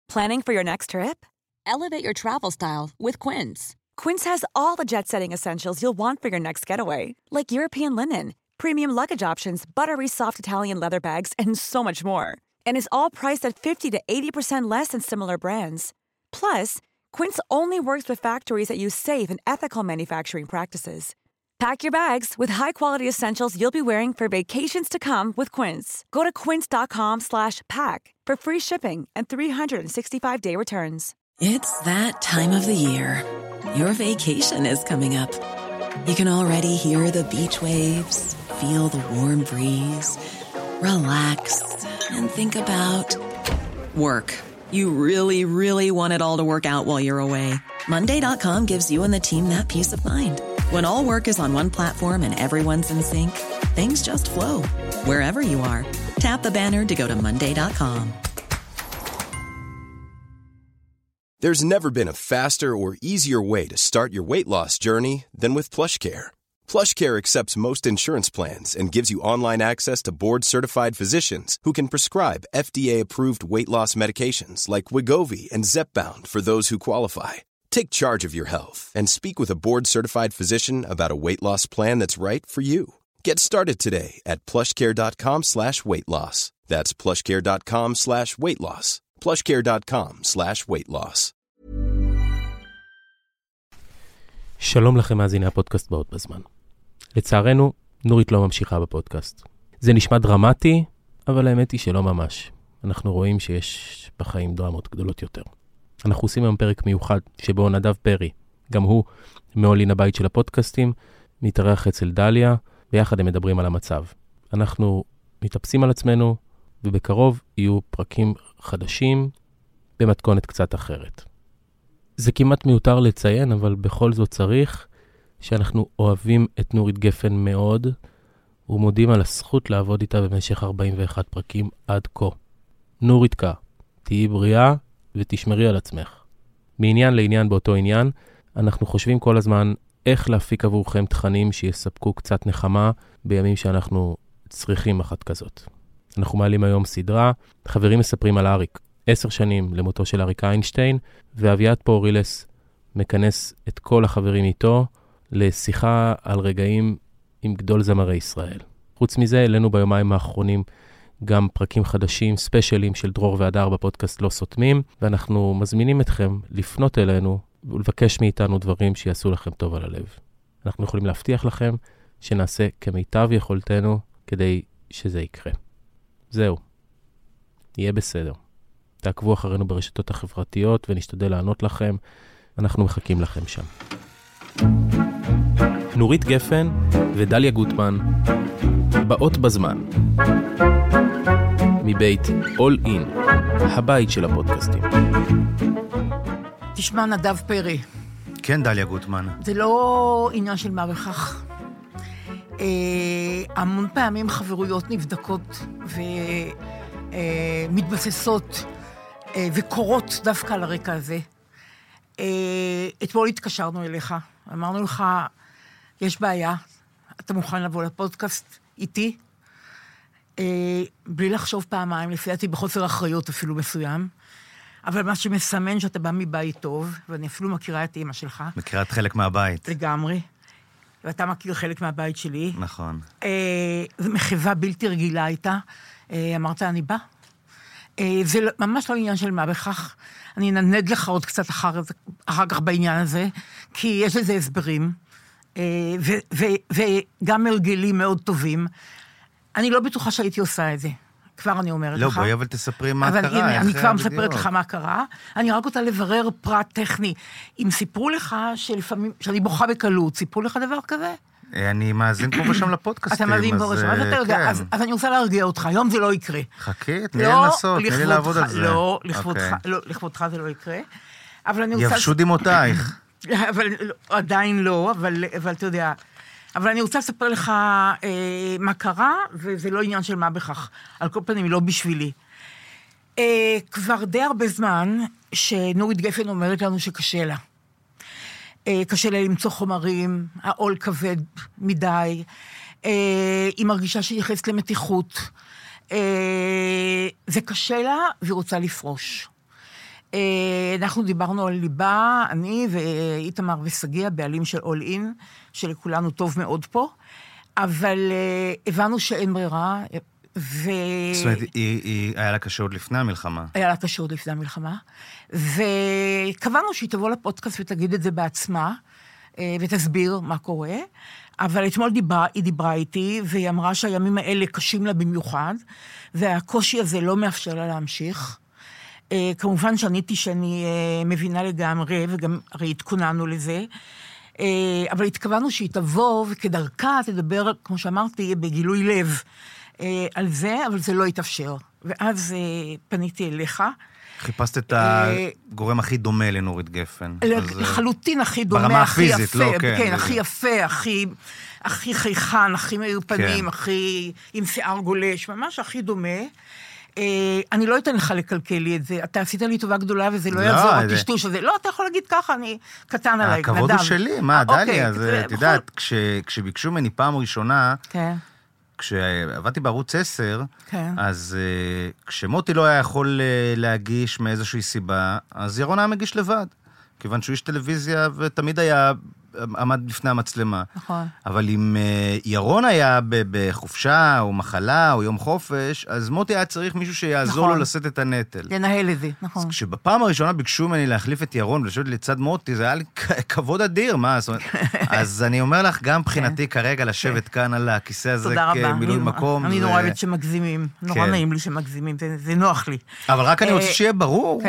Planning for your next trip? Elevate your travel style with Quince. Quince has all the jet-setting essentials you'll want for your next getaway, like European linen, premium luggage options, buttery soft Italian leather bags, and so much more. And is all priced at 50 to 80% less than similar brands. Plus, Quince only works with factories that use safe and ethical manufacturing practices. Pack your bags with high-quality essentials you'll be wearing for vacations to come with Quince. Go to quince.com/pack for free shipping and 365-day returns. It's that time of the year. Your vacation is coming up. You can already hear the beach waves, feel the warm breeze, relax, and think about work. You really, really want it all to work out while you're away. Monday.com gives you and the team that peace of mind. When all work is on one platform and everyone's in sync, things just flow. Wherever you are, tap the banner to go to Monday.com. There's never been a faster or easier way to start your weight loss journey than with PlushCare. PlushCare accepts most insurance plans and gives you online access to board-certified physicians who can prescribe FDA-approved weight loss medications like Wegovy and Zepbound for those who qualify. Take charge of your health and speak with a board-certified physician about a weight loss plan that's right for you. Get started today at plushcare.com/weightloss. That's plushcare.com/weightloss. plushcare.com/weightloss. שלום לכם מאזיני הפודקאסט באות בזמן. לצערנו, נורית לא ממשיכה בפודקאסט. זה נשמע דרמטי, אבל האמת היא שלא ממש. אנחנו רואים שיש בחיים דרמות גדולות יותר. אנחנו עושים היום פרק מיוחד שבו נדב פרי, גם הוא מעולין הבית של הפודקאסטים, מתארח אצל דליה, ביחד הם מדברים על המצב. אנחנו מתאפסים על עצמנו, ובקרוב יהיו פרקים חדשים במתכונת קצת אחרת. זה כמעט מיותר לציין, אבל בכל זאת צריך שאנחנו אוהבים את נורית גפן מאוד, ומודים על הזכות לעבוד איתה במשך 41 פרקים עד כה. נוריתקה, תהיי בריאה ותשמרי על עצמך. מעניין לעניין באותו עניין, אנחנו חושבים כל הזמן איך להפיק עבורכם תכנים שיספקו קצת נחמה בימים שאנחנו צריכים אחת כזאת. אנחנו מעלים היום סדרה, חברים מספרים על אריק, 10 שנים למותו של אריק איינשטיין, ואביעד פורילס מכנס את כל החברים איתו לשיחה על רגעים עם גדול זמרי ישראל. חוץ מזה, אלינו ביומיים האחרונים גם פרקים חדשים, ספיישלים של דרור והדר בפודקאסט לא סותמים, ואנחנו מזמינים אתכם לפנות אלינו ולבקש מאיתנו דברים שיעשו לכם טוב על הלב. אנחנו יכולים להבטיח לכם שנעשה כמיטב יכולתנו כדי שזה יקרה. זהו. יהיה בסדר. תעקבו אחרינו ברשתות החברתיות ונשתדל לענות לכם. אנחנו מחכים לכם שם. נורית גפן ודליה גוטמן באות בזמן. מבית All In, הבית של הפודקאסטים. תשמע נדב פרי. כן, דליה גוטמן. זה לא עניין של מה בכך. המון פעמים חברויות נבדקות ומתבססות וקורות דווקא על הרקע הזה. אתמול התקשרנו אליך, אמרנו לך, יש בעיה, אתה מוכן לבוא לפודקאסט איתי? בלי לחשוב פעמיים, לפי דעתי בחוסר אחריות אפילו מסוים, אבל מה שמסמן שאתה בא מבית טוב, ואני אפילו מכירה את אמא שלך. מכירה את חלק מהבית. לגמרי. ואתה מכיר חלק מהבית שלי. נכון. זו מחווה בלתי רגילה הייתה. אמרת, אני בא. זה ממש לא עניין של מה בכך. אני אננד לך עוד קצת אחר כך בעניין הזה, כי יש לזה הסברים, וגם הרגלים מאוד טובים. אני לא בטוחה שהייתי עושה את זה. כבר אני אומרת לך. לא, בואי אבל תספרי מה קרה. אבל אני כבר מספרת לך מה קרה. אני רק רוצה לברר פרט טכני. אם סיפרו לך שלפעמים, שאני בוכה בקלות, סיפרו לך דבר כזה? אני מאזין פה ושם לפודקאסטים. אתה מאזין פה ושם, אז אתה יודע, אז אני רוצה להרגיע אותך, היום זה לא יקרה. חכי, תני לנסות, תני לי לעבוד על זה. לא, לכבודך זה לא יקרה. יבשו דמותייך. עדיין לא, אבל אתה יודע, אבל אני רוצה לספר לך מה קרה, וזה לא עניין של מה בכך. על כל פנים, לא בשבילי. כבר די הרבה זמן, שנורית גפן אומרת לנו שקשה לה. קשה לה למצוא חומרים, העול כבד מדי, היא מרגישה שהיא נכנסת למתיחות. זה קשה לה, והיא רוצה לפרוש. אנחנו דיברנו על ליבה, אני ואיתמר וסגי, הבעלים של All In, שלכולנו טוב מאוד פה, אבל הבנו שאין ברירה, זאת אומרת, היה לה קשה עוד לפני המלחמה. היה לה קשה עוד לפני המלחמה, וקבענו שהיא תבוא לפודקאסט ותגיד את זה בעצמה, ותסביר מה קורה, אבל אתמול היא דיברה איתי, והיא אמרה שהימים האלה קשים לה במיוחד, והקושי הזה לא מאפשר לה להמשיך. כמובן שעניתי שאני מבינה לגמרי, וגם הרי התכוננו לזה, אבל התכוונו שהיא תבוא, וכדרכה תדבר, כמו שאמרתי, בגילוי לב על זה, אבל זה לא יתאפשר. ואז פניתי אליך. חיפשת את הגורם הכי דומה לנורית גפן. לחלוטין הכי דומה, ברמה הפיזית, לא, כן. כן, הכי יפה, הכי חייכן, הכי מאיר פנים, הכי עם שיער גולש, ממש הכי דומה. אני לא אתן לך לקלקל לי את זה, אתה עשית לי טובה גדולה וזה לא יעזור, התשטוש הזה. לא, אתה יכול להגיד ככה, אני קטן עליי, נדב. הכבוד הוא שלי, מה, דליה, את יודעת, כשביקשו ממני פעם ראשונה, כשעבדתי בערוץ 10, אז כשמוטי לא היה יכול להגיש מאיזושהי סיבה, אז ירון היה מגיש לבד, כיוון שהוא איש טלוויזיה ותמיד היה עמד לפני המצלמה. נכון. אבל אם ירון היה בחופשה או מחלה או יום חופש, אז מוטי היה צריך מישהו שיעזור לו לשאת את הנטל. לנהל את זה, נכון. אז כשבפעם הראשונה ביקשו ממני להחליף את ירון ולשבת לצד מוטי, זה היה לי כבוד אדיר, מה? אז אני אומר לך, גם מבחינתי כרגע לשבת כאן על הכיסא הזה כמילוי מקום. אני נורא אוהבת שמגזימים, נורא נעים לי שמגזימים, זה נוח לי. אבל רק אני רוצה שיהיה ברור,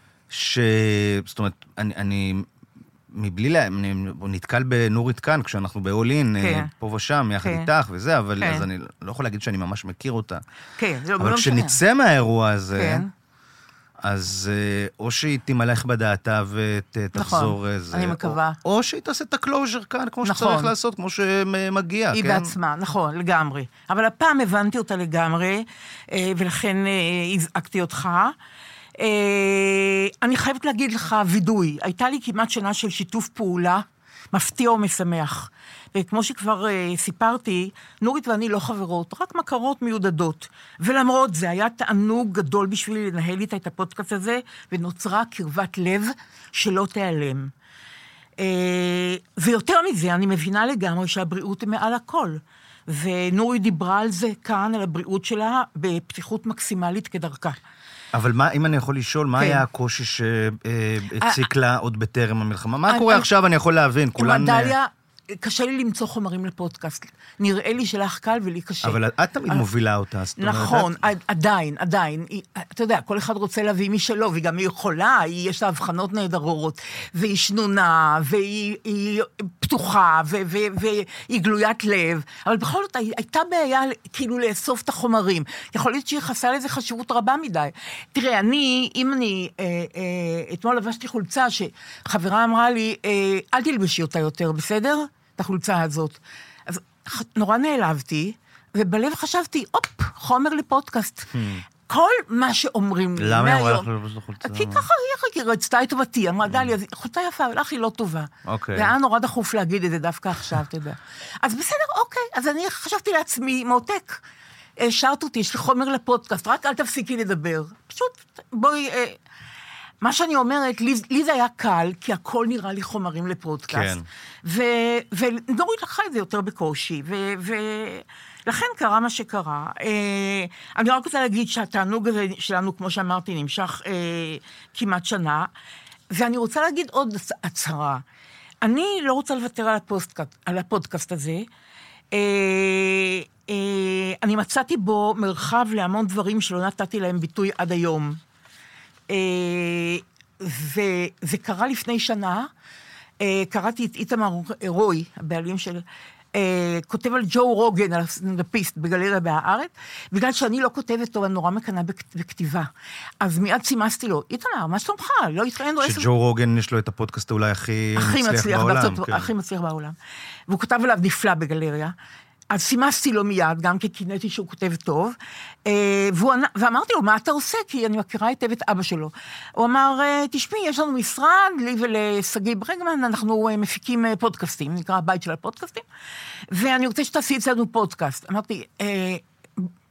זאת אומרת, אני מבלי הוא נתקל בנורית כאן, כשאנחנו באולין, פה ושם, יחד איתך וזה, אבל אז אני לא יכול להגיד שאני ממש מכיר אותה. אבל כשנצא מהאירוע הזה, אז או שהיא תמלך בדעתה ותחזור איזה. אני מקווה. או שהיא תעשה את הקלוז'ר כאן, כמו שצריך לעשות, כמו שמגיע. היא בעצמה, נכון, לגמרי. אבל הפעם הבנתי אותה לגמרי, ולכן הזעקתי אותך. אני חייבת להגיד לך וידוי, הייתה לי כמעט שנה של שיתוף פעולה, מפתיע ומשמח. וכמו שכבר סיפרתי, נורית ואני לא חברות, רק מכרות מיודדות. ולמרות זה, היה תענוג גדול בשבילי לנהל איתה את הפודקאסט הזה, ונוצרה קרבת לב שלא תיעלם. ויותר מזה, אני מבינה לגמרי שהבריאות היא מעל הכל. ונורית דיברה על זה כאן, על הבריאות שלה, בפתיחות מקסימלית כדרכה. אבל מה, אם אני יכול לשאול, מה היה הקושי שהציק לה עוד בטרם המלחמה? מה קורה עכשיו, אני יכול להבין, כולן... דליה, קשה לי למצוא חומרים לפודקאסט. נראה לי שלך קל ולי קשה. אבל את תמיד מובילה אותה. נכון, עדיין. אתה יודע, כל אחד רוצה להביא משלו, וגם היא יכולה, יש לה הבחנות נהדרות, והיא שנונה, והיא פתוחה, והיא גלוית לב, אבל בכל זאת הייתה בעיה כאילו לאסוף את החומרים. יכול להיות שהיא חסה לזה חשיבות רבה מדי. תראה, אם אני אתמול לבשתי חולצה שחברה אמרה לי, אל תלבשי אותה יותר, בסדר? את החולצה הזאת. אז נורא נעלבתי, ובלב חשבתי, חומר לפודקאסט. כל מה שאומרים לי למה היא אמרה לך לבש לחולצה? כי ככה היא רצתה את טובתי, אמרה דליה, חולצה יפה, אבל לך היא לא טובה. והיה נורא דחוף להגיד את זה דווקא עכשיו, אתה יודע. אז בסדר, אז אני חשבתי לעצמי, מותק, שרת אותי, יש לי חומר לפודקאסט, רק אל תפסיקי לדבר. פשוט, בואי... מה שאני אומרת, לי זה היה קל, כי הכל נראה לי חומרים לפודקאסט. ונורית לקחה את זה יותר בקושי, ולכן קרה מה שקרה. אני רק רוצה להגיד שהתענוג הזה שלנו, כמו שאמרתי, נמשך כמעט שנה, ואני רוצה להגיד עוד הצהרה. אני לא רוצה לוותר על הפודקאסט הזה, אני מצאתי בו מרחב להמון דברים שלא נתתי להם ביטוי עד היום. וזה קרה לפני שנה, קראתי את איתמר רוי, הבעלים של, כותב על ג'ו רוגן, על הסטנדאפיסט בגלריה בהארץ, בגלל שאני לא כותבת טוב, אני נורא מקנה בכתיבה. אז מיד סימסתי לו, איתמר, מה שלומך? לא התראינו... שג'ו רוגן יש לו את הפודקאסט אולי הכי מצליח בעולם. הכי מצליח בעולם. והוא כותב עליו נפלא בגלריה. אז סימסתי לו מיד, גם כי קינאתי שהוא כותב טוב, ואמרתי לו, מה אתה עושה? כי אני מכירה היטב את אבא שלו. הוא אמר, תשמעי, יש לנו משרד, לי ולסגי ברגמן, אנחנו מפיקים פודקאסטים, נקרא הבית של הפודקאסטים, ואני רוצה שתעשי אצלנו פודקאסט. אמרתי,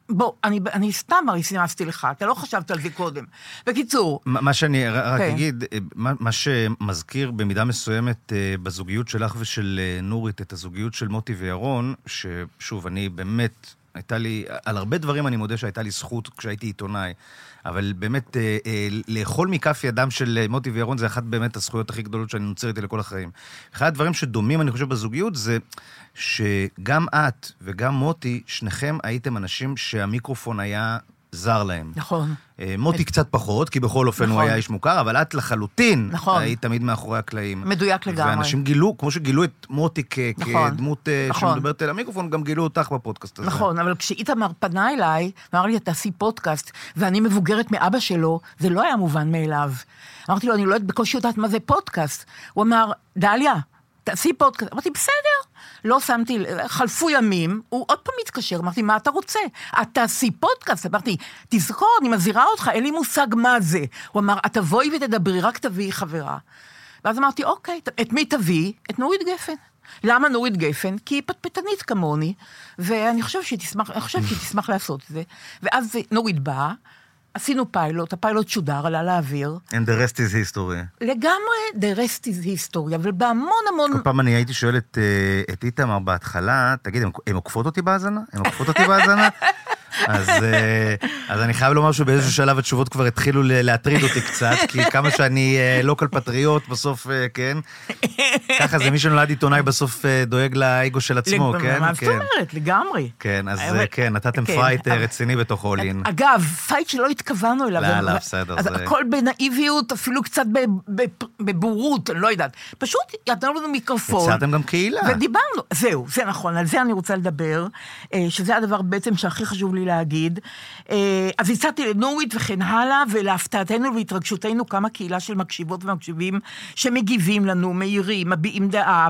בוא, אני סתם סימסתי לך, אתה לא חשבת על זה קודם. בקיצור... מה שאני רק אגיד, מה שמזכיר במידה מסוימת בזוגיות שלך ושל נורית, את הזוגיות של מוטי וירון, ששוב, אני באמת, הייתה לי, על הרבה דברים אני מודה שהייתה לי זכות כשהייתי עיתונאי, אבל באמת, לאכול מכף ידם של מוטי וירון זה אחת באמת הזכויות הכי גדולות שאני נוצר איתי לכל החיים. אחד הדברים שדומים, אני חושב, בזוגיות זה שגם את וגם מוטי, שניכם הייתם אנשים שהמיקרופון היה זר להם. נכון. מוטי קצת פחות, כי בכל אופן הוא היה איש מוכר, אבל את לחלוטין היית תמיד מאחורי הקלעים. מדויק לגמרי. ואנשים גילו, כמו שגילו את מוטי כדמות שמדברת אל המיקרופון, גם גילו אותך בפודקאסט הזה. נכון, אבל כשאיתמר פנה אליי, אמר לי, תעשי פודקאסט, ואני מבוגרת מאבא שלו, זה לא היה מובן מאליו. אמרתי לו, אני לא בקושי יודעת מה זה פודקאסט. הוא אמר, דליה, תעשי פודקאסט. אמרתי, בסדר. לא שמתי, חלפו ימים, הוא עוד פעם מתקשר, אמרתי, מה אתה רוצה? את תעשי פודקאסט, אמרתי, תזכור, אני מזהירה אותך, אין לי מושג מה זה. הוא אמר, את תבואי ותדברי, רק תביאי חברה. ואז אמרתי, אוקיי, את מי תביאי? את נורית גפן. למה נורית גפן? כי היא פטפטנית כמוני, ואני חושב שהיא תשמח לעשות את זה. ואז נורית באה, עשינו פיילוט, הפיילוט שודר, עלה לאוויר. And the rest is history. לגמרי, the rest is history, אבל בהמון המון... כל פעם אני הייתי שואל את איתמר בהתחלה, תגיד, הם עוקפות אותי בהאזנה? הם עוקפות אותי בהאזנה? אז אני חייב לומר שבאיזשהו שלב התשובות כבר התחילו להטריד אותי קצת, כי כמה שאני לוקל פטריוט בסוף, כן? ככה זה מי שנולד עיתונאי בסוף דואג לאגו של עצמו, כן? מה זאת אומרת? לגמרי. כן, אז כן, נתתם פייט רציני בתוך אולין. אגב, פייט שלא התכוונו אליו. לא, בסדר. אז הכל בנאיביות, אפילו קצת בבורות, אני לא יודעת. פשוט יתנו לנו מיקרופון. יצרתם גם קהילה. ודיברנו, זהו, זה נכון, על זה אני רוצה לדבר, שזה הדבר בעצם שהכי חשוב לי להגיד. אז הצעתי לנורית וכן הלאה, ולהפתעתנו והתרגשותנו כמה קהילה של מקשיבות ומקשיבים שמגיבים לנו, מהירים, מביעים דעה,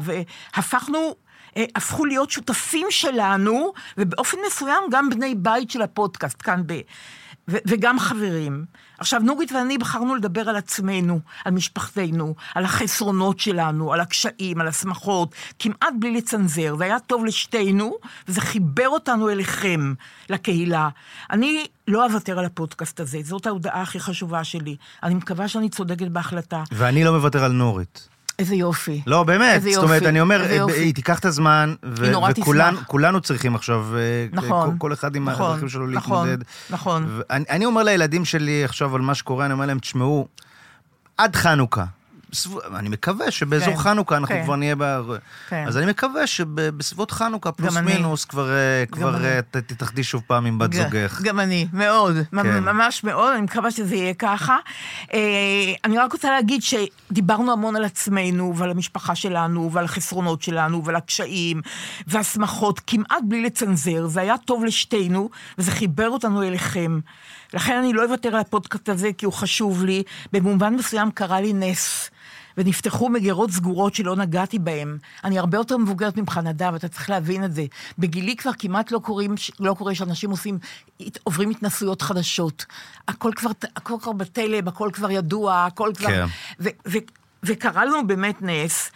הפכו להיות שותפים שלנו, ובאופן מסוים גם בני בית של הפודקאסט כאן וגם חברים. עכשיו, נורית ואני בחרנו לדבר על עצמנו, על משפחתנו, על החסרונות שלנו, על הקשיים, על השמחות, כמעט בלי לצנזר. זה היה טוב לשתינו, וזה חיבר אותנו אליכם, לקהילה. אני לא אוותר על הפודקאסט הזה, זאת ההודעה הכי חשובה שלי. אני מקווה שאני צודקת בהחלטה. ואני לא מוותר על נורית. איזה יופי. לא, באמת, זאת אומרת, אני אומר, היא תיקח את הזמן, וכולנו צריכים עכשיו, כל אחד עם הדרכים שלו להתמודד. נכון. אני אומר לילדים שלי עכשיו על מה שקורה, אני אומר להם, תשמעו, עד חנוכה, אני מקווה שבאזור חנוכה אנחנו כבר נהיה אז אני מקווה שבסביבות חנוכה פלוס מינוס כבר תתאחדי שוב פעם עם בת זוגך. גם אני, מאוד, ממש מאוד, אני מקווה שזה יהיה ככה. אני רק רוצה להגיד שדיברנו המון על עצמנו ועל המשפחה שלנו ועל החסרונות שלנו ועל הקשיים והשמחות, כמעט בלי לצנזר. זה היה טוב לשתינו וזה חיבר אותנו אליכם. לכן אני לא אוותר על הפודקאסט הזה כי הוא חשוב לי. במובן מסוים קרה לי נס. ונפתחו מגירות סגורות שלא נגעתי בהן. אני הרבה יותר מבוגרת ממך, נדב, אתה צריך להבין את זה. בגילי כבר כמעט לא קורה שאנשים עוברים התנסויות חדשות. הכל כבר בטלב, הכל כבר ידוע, הכל כבר... כן. וקרה לנו באמת נס,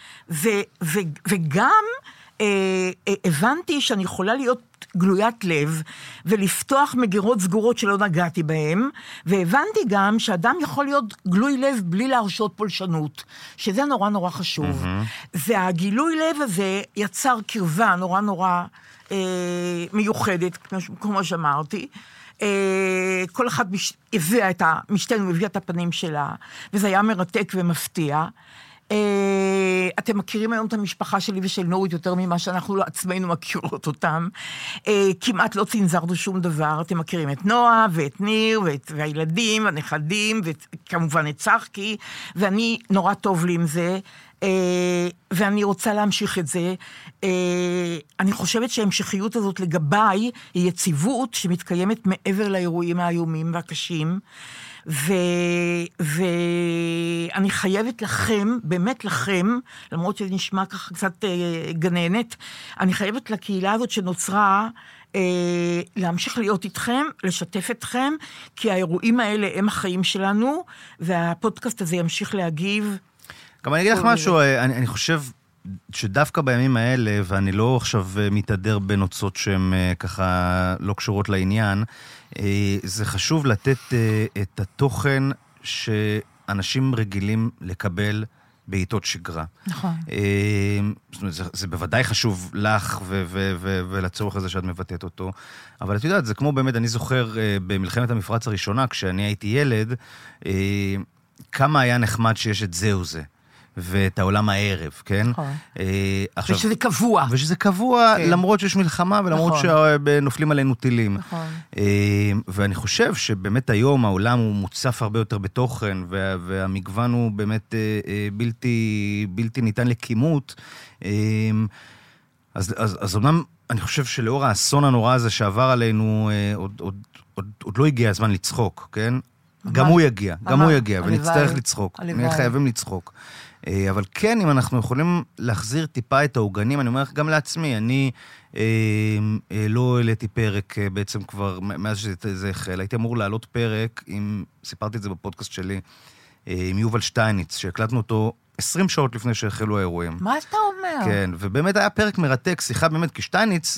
וגם הבנתי שאני יכולה להיות גלוית לב, ולפתוח מגירות סגורות שלא נגעתי בהם, והבנתי גם שאדם יכול להיות גלוי לב בלי להרשות פולשנות, שזה נורא נורא חשוב. והגילוי לב הזה יצר קרבה נורא נורא מיוחדת, כמו שאמרתי, כל אחד משתנו הביא את הפנים שלה, וזה היה מרתק ומפתיע. אתם מכירים היום את המשפחה שלי ושל נורית יותר ממה שאנחנו עצמנו מכירות אותם. כמעט לא צנזרנו שום דבר. אתם מכירים את נועה ואת ניר והילדים והנכדים וכמובן את צחקי, ואני נורא טוב לי עם זה, ואני רוצה להמשיך את זה. אני חושבת שההמשכיות הזאת לגביי היא יציבות שמתקיימת מעבר לאירועים האיומים והקשים, ואני חייבת לכם, באמת לכם, למרות שזה נשמע ככה קצת גננת, אני חייבת לקהילה הזאת שנוצרה, להמשיך להיות איתכם, לשתף אתכם, כי האירועים האלה הם החיים שלנו, והפודקאסט הזה ימשיך להגיב. גם אני אגיד לך משהו, אני חושב, שדווקא בימים האלה, ואני לא עכשיו מתהדר בנוצות שהן ככה לא קשורות לעניין, זה חשוב לתת את התוכן שאנשים רגילים לקבל בעיתות שגרה. נכון. זאת אומרת, זה בוודאי חשוב לך ולצורך הזה שאת מבטאת אותו, אבל את יודעת, זה כמו באמת, אני זוכר במלחמת המפרץ הראשונה, כשאני הייתי ילד, כמה היה נחמד שיש את זהו זה. ואת העולם הערב, כן? נכון. ושזה קבוע. ושזה קבוע, למרות שיש מלחמה, ולמרות שנופלים עלינו טילים. נכון. ואני חושב שבאמת היום העולם הוא מוצף הרבה יותר בתוכן, והמגוון הוא באמת בלתי ניתן לכימות. אז אומנם אני חושב שלאור האסון הנורא הזה שעבר עלינו, עוד לא הגיע הזמן לצחוק, כן? גם הוא יגיע, ונצטרך לצחוק. נהיה חייבים לצחוק. אבל כן, אם אנחנו יכולים להחזיר טיפה את העוגנים, אני אומר לך גם לעצמי, אני לא העליתי פרק בעצם כבר, מאז שזה החל, הייתי אמור לעלות פרק, סיפרתי את זה בפודקאסט שלי, עם יובל שטייניץ, שהקלטנו אותו 20 שעות לפני שהחלו האירועים. מה אתה אומר? כן, ובאמת היה פרק מרתק, שיחה באמת, כי שטייניץ,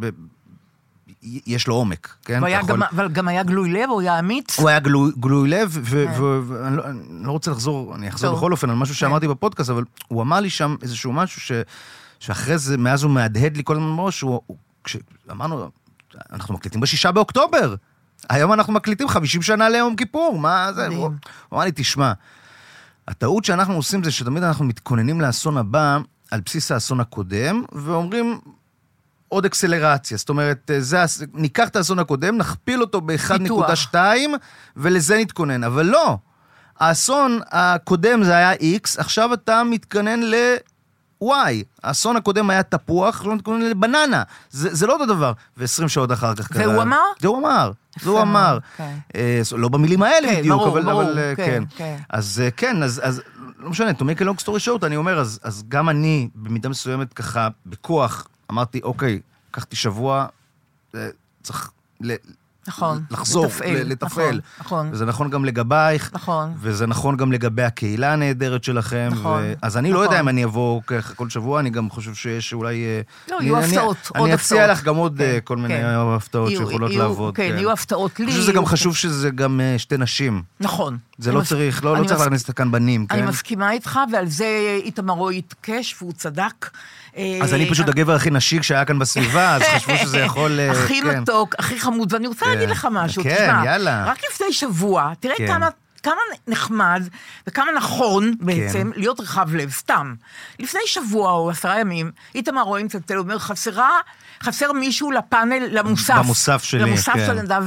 יש לו עומק, כן? אבל גם היה גלוי לב, או היה אמיץ? הוא היה גלוי לב, ואני לא רוצה לחזור, אני אחזור בכל אופן על משהו שאמרתי בפודקאסט, אבל הוא אמר לי שם איזשהו משהו שאחרי זה, מאז הוא מהדהד לי כל הזמן מראש, כשאמרנו, אנחנו מקליטים ב6 באוקטובר, היום אנחנו מקליטים 50 שנה ליום כיפור, מה זה? הוא אמר לי, תשמע, הטעות שאנחנו עושים זה שתמיד אנחנו מתכוננים לאסון הבא, על בסיס האסון הקודם, ואומרים, עוד אקסלרציה, זאת אומרת, ניקח את האסון הקודם, נכפיל אותו ב-1.2, ולזה נתכונן, אבל לא. האסון הקודם זה היה X, עכשיו אתה מתכונן ל-Y. האסון הקודם היה תפוח, לא מתכונן לבננה. זה לא אותו דבר. ו20 שעות אחר כך קרה. והוא אמר? זה הוא אמר. לא במילים האלה בדיוק, אבל כן. אז כן, אז לא משנה, to make a long story short, אני אומר, אז גם אני, במידה מסוימת ככה, בכוח, אמרתי, אוקיי, לקחתי שבוע, צריך לחזור, לתפעל. וזה נכון גם לגבייך, וזה נכון גם לגבי הקהילה הנהדרת שלכם. אז אני לא יודע אם אני אבוא כל שבוע, אני גם חושב שיש אולי... לא, יהיו הפתעות. אני אציע לך גם עוד כל מיני הפתעות שיכולות לעבוד. כן, יהיו הפתעות לי. אני חושב שזה גם חשוב שזה גם שתי נשים. נכון. זה לא צריך להכניס את כאן בנים, כן? אני מסכימה איתך, ועל זה איתמר התעקש, והוא צדק. אז אני פשוט הגבר הכי נשי כשהיה כאן בסביבה, אז חשבו שזה יכול... הכי מתוק, הכי חמוד, ואני רוצה להגיד לך משהו, תשמע, רק לפני שבוע, תראה כמה נחמד וכמה נכון בעצם להיות רחב לב, סתם. לפני שבוע או 10 ימים, איתמר רואים צלצל, הוא אומר, חסר מישהו לפאנל, למוסף. במוסף שלי, כן. למוסף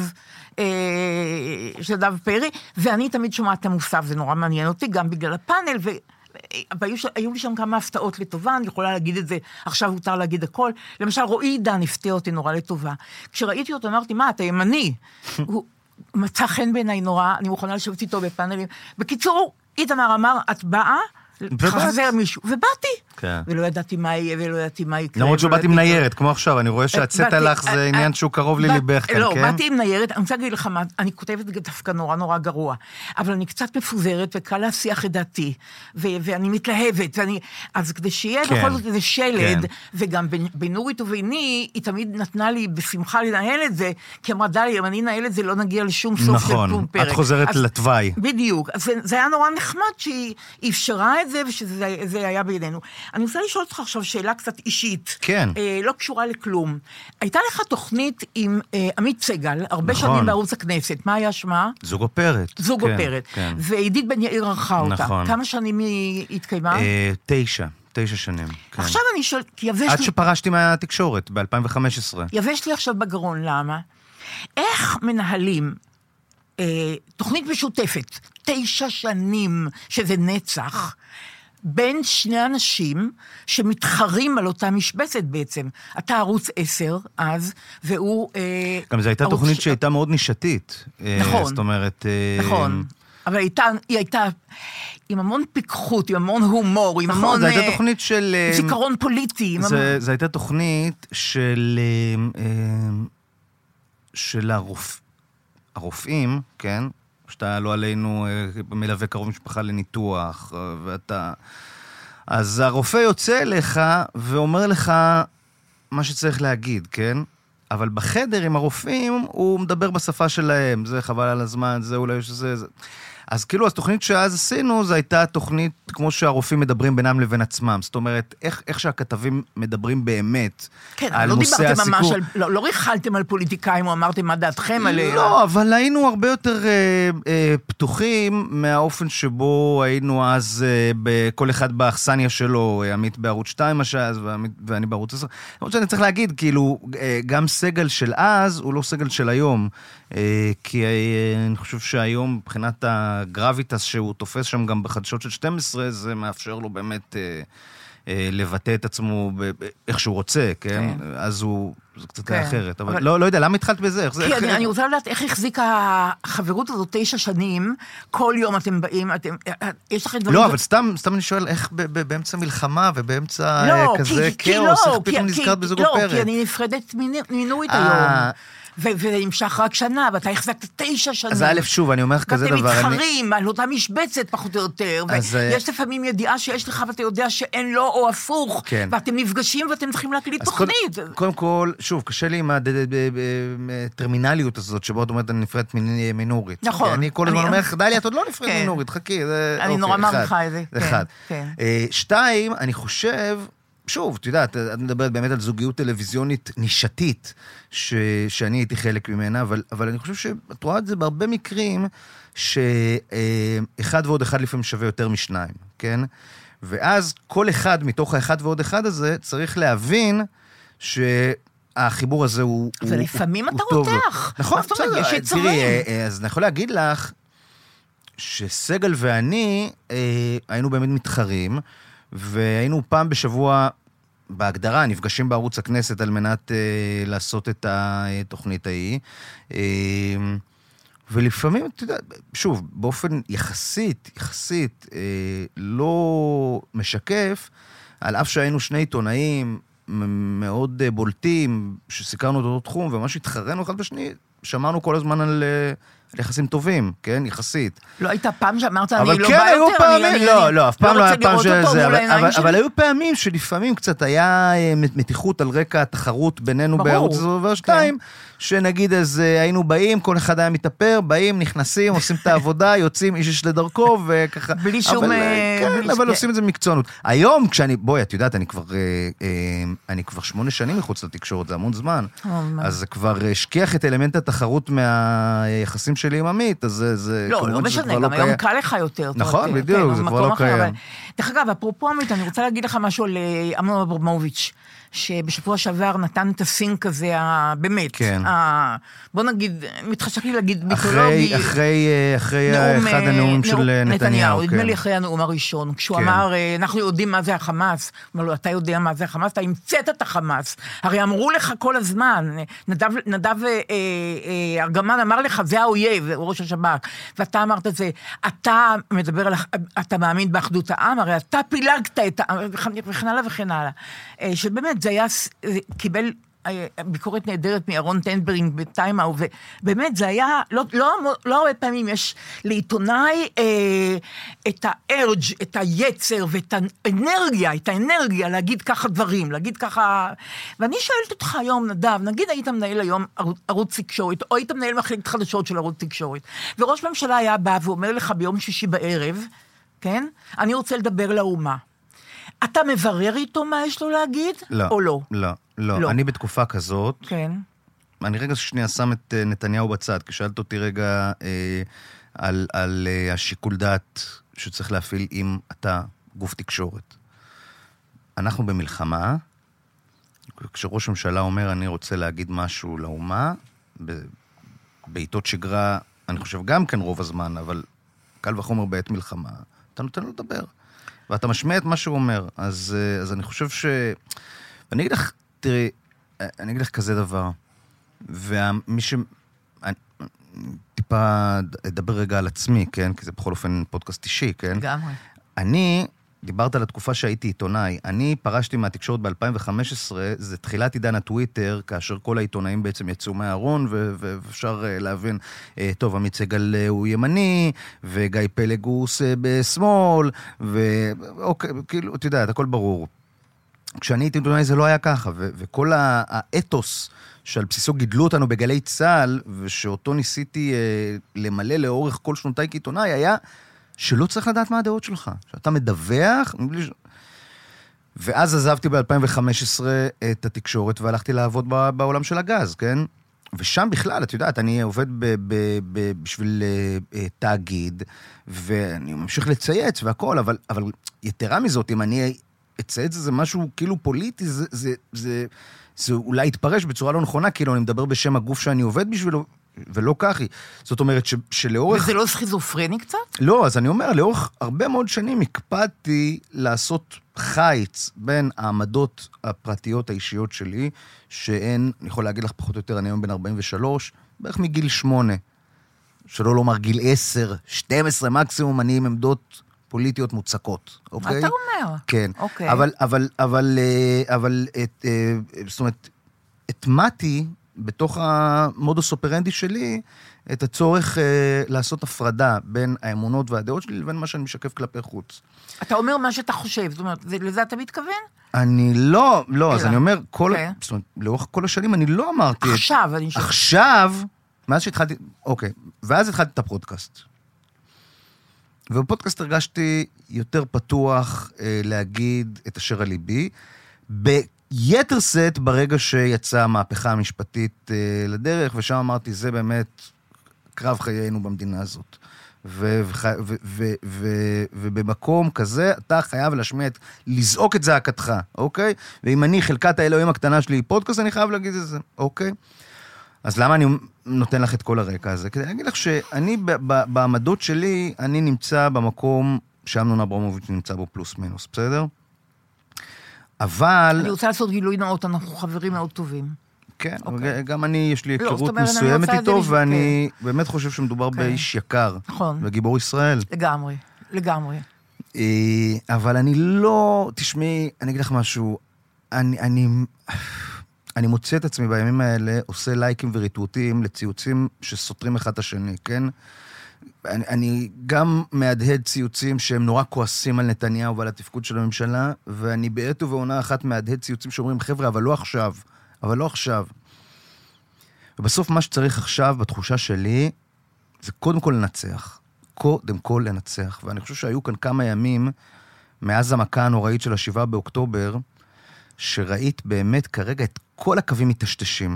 של נדב פרי, ואני תמיד שומעת את המוסף, זה נורא מעניין אותי, גם בגלל הפאנל, היו לי שם כמה הפתעות לטובה, אני יכולה להגיד את זה, עכשיו הותר להגיד הכל. למשל, רועי עידן הפתיע אותי נורא לטובה. כשראיתי אותו, אמרתי, מה, אתה ימני? הוא מצא חן בעיניי נורא, אני מוכנה לשבת איתו בפאנלים. בקיצור, איתמר אמר, את באה? חזר מישהו, ובאתי. ולא ידעתי מה יהיה, ולא ידעתי מה יקרה. למרות שבאתי עם ניירת, כמו עכשיו, אני רואה שהצאת לך זה עניין שהוא קרוב לי ליבך כאן, כן? לא, באתי עם ניירת, אני רוצה להגיד לך מה, אני כותבת דווקא נורא נורא גרוע, אבל אני קצת מפוזרת, וקל להשיח את דעתי, ואני מתלהבת, אז כדי שיהיה בכל זאת איזה שלד, וגם בנורית וביני, היא תמיד נתנה לי בשמחה לנהל את זה, כי אמרה, דליה, אם אני אנהל את זה, לא נגיע לשום סוף של שום פרק. את חוזרת לתוואי. בדיוק, אז זה היה נורא נחמד שהיא אפשרה את זה, ושזה היה בידינו. אני רוצה לשאול אותך עכשיו שאלה קצת אישית. כן. לא קשורה לכלום. הייתה לך תוכנית עם עמית סגל, הרבה שנים בערוץ הכנסת. מה היה שמה? זוג אופרת. זוג אופרת. ועידית בן יאיר ערכה אותה. כמה שנים היא התקיימה? 9 שנים. עכשיו אני שואל, עד שפרשתי מהתקשורת, ב-2015. יבש לי עכשיו בגרון, למה? איך מנהלים תוכנית משותפת, 9 שנים, שזה נצח, בין שני אנשים שמתחרים על אותה משבצת בעצם. אתה ערוץ 10 אז, והוא... גם זו הייתה תוכנית שהייתה מאוד נישתית. נכון. זאת אומרת... נכון. אבל היא הייתה עם המון פיקחות, עם המון הומור, עם המון... זו הייתה תוכנית של... זיכרון פוליטי. זו הייתה תוכנית של הרופאים, כן? שאתה לא עלינו מלווה קרוב משפחה לניתוח, ואתה... אז הרופא יוצא אליך ואומר לך מה שצריך להגיד, כן? אבל בחדר עם הרופאים הוא מדבר בשפה שלהם, זה חבל על הזמן, זה אולי שזה... אז כאילו, התוכנית שאז עשינו, זו הייתה תוכנית כמו שהרופאים מדברים בינם לבין עצמם. זאת אומרת, איך שהכתבים מדברים באמת על נושא הסיקור. לא ריחלתם על פוליטיקאים, או אמרתם מה דעתכם עליהם. לא, אבל היינו הרבה יותר פתוחים מהאופן שבו היינו אז בכל אחד באכסניה שלו, עמית בערוץ 2 השאז, ואני בערוץ 10. למרות שאני צריך להגיד, כאילו, גם סגל של אז הוא לא סגל של היום. כי אני חושב שהיום, מבחינת הגרביטס שהוא תופס שם גם בחדשות של 12, זה מאפשר לו באמת לבטא את עצמו איך שהוא רוצה, כן? אז הוא, זה קצת אחרת. אבל לא יודע, למה התחלת בזה? כי אני רוצה לדעת איך החזיקה החברות הזאת 9 שנים, כל יום אתם באים, יש לכם דברים... לא, אבל סתם אני שואל, איך באמצע מלחמה ובאמצע כזה כאוס, איך פתאום נזכרת בזוג הפרק? לא, כי אני נפרדת מינורית היום. וזה נמשך רק שנה, ואתה החזקת 9 שנים. אז א', שוב, אני אומר לך כזה דבר. ואתם מתחרים על אותה משבצת פחות או יותר, ויש לפעמים ידיעה שיש לך, ואתה יודע שאין לו או הפוך, ואתם נפגשים ואתם צריכים להקליט תוכנית. קודם כל, שוב, קשה לי עם הטרמינליות הזאת, שבו את אומרת, אני נפרדת מינורית. נכון. אני כל הזמן אומר, דליה, את עוד לא נפרדת מינורית, חכי. אני נורא מעריכה את זה. זה אחד. 2, אני חושב... שוב, אתה יודע, את מדברת באמת על זוגיות טלוויזיונית נישתית, שאני הייתי חלק ממנה, אבל אני חושב שאת רואה את זה בהרבה מקרים, שאחד ועוד אחד לפעמים שווה יותר משניים, כן? ואז כל אחד מתוך האחד ועוד אחד הזה, צריך להבין שהחיבור הזה הוא טוב. ולפעמים אתה רותח. נכון, תראי, אז אני יכול להגיד לך, שסגל ואני היינו באמת מתחרים, והיינו פעם בשבוע, בהגדרה, נפגשים בערוץ הכנסת על מנת לעשות את התוכנית ההיא. ולפעמים, אתה יודע, שוב, באופן יחסית, לא משקף, על אף שהיינו 2 עיתונאים מאוד בולטים, שסיקרנו את אותו תחום, ומה שהתחרנו אחד בשני, שמענו כל הזמן על יחסים טובים, כן? יחסית. לא הייתה פעם שאמרת, אני לא בא יותר, אבל כן, היו פעמים, לא, אף פעם לא היה פעם שזה, אבל היו פעמים שלפעמים קצת היה מתיחות על רקע התחרות בינינו בערוץ 2, שנגיד אז היינו באים, כל אחד היה מתאפר, באים, נכנסים, עושים את העבודה, יוצאים איש לדרכו, וככה. בלי שום... כן, אבל עושים את זה מקצוענות. היום, בואי, את יודעת, אני כבר 8 שנים מחוץ לתקשורת, זה המון זמן. אז זה כבר השכיח את אלמנט התחרות מהיחסים שלי עם עמית, אז זה... לא משנה, גם היום קל לך יותר. נכון, בדיוק, זה כבר לא קיים. דרך אגב, אפרופו עמית, אני רוצה להגיד לך משהו על אמנון אברמוביץ', שבשבוע שעבר נתן את הסינק הזה, באמת, בוא נגיד, מתחשק לי להגיד מיתולוגי. אחרי אחד הנאום של נתניהו. נדמה לי אחרי הנאום הראשון, כשהוא אמר, אנחנו יודעים מה זה החמאס, הוא אומר לו, אתה יודע מה זה החמאס, אתה המצאת את החמאס, הרי אמרו לך כל הזמן, נדב ארגמן אמר לך, זה האויב, ראש השב"כ, ואתה אמרת את זה, אתה מדבר על, אתה מאמין באחדות העם, הרי אתה פילגת את העם, וכן הלאה וכן הלאה, שבאמת זה היה, קיבל ביקורת נהדרת מארון טנברינג בטיימאו, ובאמת זה היה, לא הרבה פעמים יש לעיתונאי את הארג', את היצר ואת האנרגיה להגיד ככה דברים, להגיד ככה, ואני שואלת אותך היום, נדב, נגיד היית מנהל היום ערוץ תקשורת, או היית מנהל מחלקת חדשות של ערוץ תקשורת, וראש ממשלה היה בא ואומר לך ביום שישי בערב, כן? אני רוצה לדבר לאומה. אתה מברר איתו מה יש לו להגיד, או לא? לא. אני בתקופה כזאת, כן. אני רגע שנייה שם את נתניהו בצד, כי שאלת אותי רגע על השיקול דעת שצריך להפעיל אם אתה גוף תקשורת. אנחנו במלחמה, כשראש הממשלה אומר, אני רוצה להגיד משהו לאומה, בעיתות שגרה, אני חושב גם כן רוב הזמן, אבל קל וחומר בעת מלחמה, אתה נותן לו לדבר. ואתה משמע את מה שהוא אומר. אז אני חושב ואני אגיד לך, תראי, אני אגיד לך כזה דבר, ומי טיפה אדבר רגע על עצמי, כן? כי זה בכל אופן פודקאסט אישי, כן? לגמרי. אני דיברת על התקופה שהייתי עיתונאי. אני פרשתי מהתקשורת ב-2015, זה תחילת עידן הטוויטר, כאשר כל העיתונאים בעצם יצאו מהארון, ואפשר להבין, טוב, עמית סגל הוא ימני, וגיא פלג הוא בשמאל, ואוקיי, כאילו, אתה יודע, הכל ברור. כשאני הייתי עיתונאי זה לא היה ככה, וכל האתוס שעל בסיסו גידלו אותנו בגלי צהל, ושאותו ניסיתי למלא לאורך כל שנותיי כעיתונאי, היה שלא צריך לדעת מה הדעות שלך. שאתה מדווח, ואז עזבתי ב-2015 את התקשורת, והלכתי לעבוד בעולם של הגז, כן? ושם בכלל, את יודעת, אני עובד בשביל תאגיד, ואני ממשיך לצייץ והכל, אבל יתרה מזאת, אם אני אצייץ זה משהו כאילו פוליטי, זה אולי יתפרש בצורה לא נכונה, כאילו אני מדבר בשם הגוף שאני עובד בשבילו, ולא ככה. זאת אומרת שלאורך... וזה לא סכיזופרני קצת? לא, אז אני אומר, לאורך הרבה מאוד שנים הקפדתי לעשות חיץ בין העמדות הפרטיות האישיות שלי, שהן, אני יכול להגיד לך פחות או יותר, אני היום בן 43, בערך מגיל 8, שלא לומר גיל 10, 12 מקסימום, אני עם עמדות פוליטיות מוצקות, אוקיי? מה אתה אומר? כן. אוקיי. אבל זאת אומרת, התמדתי בתוך המודוס אופרנדי שלי, את הצורך לעשות הפרדה בין האמונות והדעות שלי, לבין מה שאני משקף כלפי חוץ. אתה אומר מה שאתה חושב, זאת אומרת, לזה אתה מתכוון? אני לא, אז אני אומר, זאת אומרת, לאורך כל השנים אני לא אמרתי... עכשיו, מאז שהתחלתי, אוקיי, ואז התחלתי את הפודקאסט. ובפודקאסט הרגשתי יותר פתוח להגיד את אשר על ליבי, ביתר סט ברגע שיצאה המהפכה המשפטית לדרך, ושם אמרתי, זה באמת קרב חיינו במדינה הזאת. ובמקום כזה, אתה חייב להשמיע לזעוק את זעקתך, אוקיי? ואם אני, חלקת האלוהים הקטנה שלי פודקאסט, אני חייב להגיד את זה, אוקיי? אז למה אני נותן לך את כל הרקע הזה? כדי להגיד לך שאני, בעמדות שלי, אני נמצא במקום שאמנון אברמוביץ' נמצא בו פלוס מינוס, בסדר? אבל... אני רוצה לעשות גילוי נאות, אנחנו חברים מאוד טובים. כן, גם אני, יש לי היכרות מסוימת איתו, ואני באמת חושב שמדובר באיש יקר. נכון. וגיבור ישראל. לגמרי. אבל אני לא... תשמעי, אני אגיד לך משהו, אני מוצא את עצמי בימים האלה, עושה לייקים וריטוטים לציוצים שסותרים אחד את השני, כן? אני גם מהדהד ציוצים שהם נורא כועסים על נתניהו ועל התפקוד של הממשלה, ואני בעת ובעונה אחת מהדהד ציוצים שאומרים, חבר'ה, אבל לא עכשיו. ובסוף מה שצריך עכשיו, בתחושה שלי, זה קודם כל לנצח. ואני חושב שהיו כאן כמה ימים, מאז המכה הנוראית של 7 באוקטובר, שראית באמת כרגע את כל הקווים מתשתשים.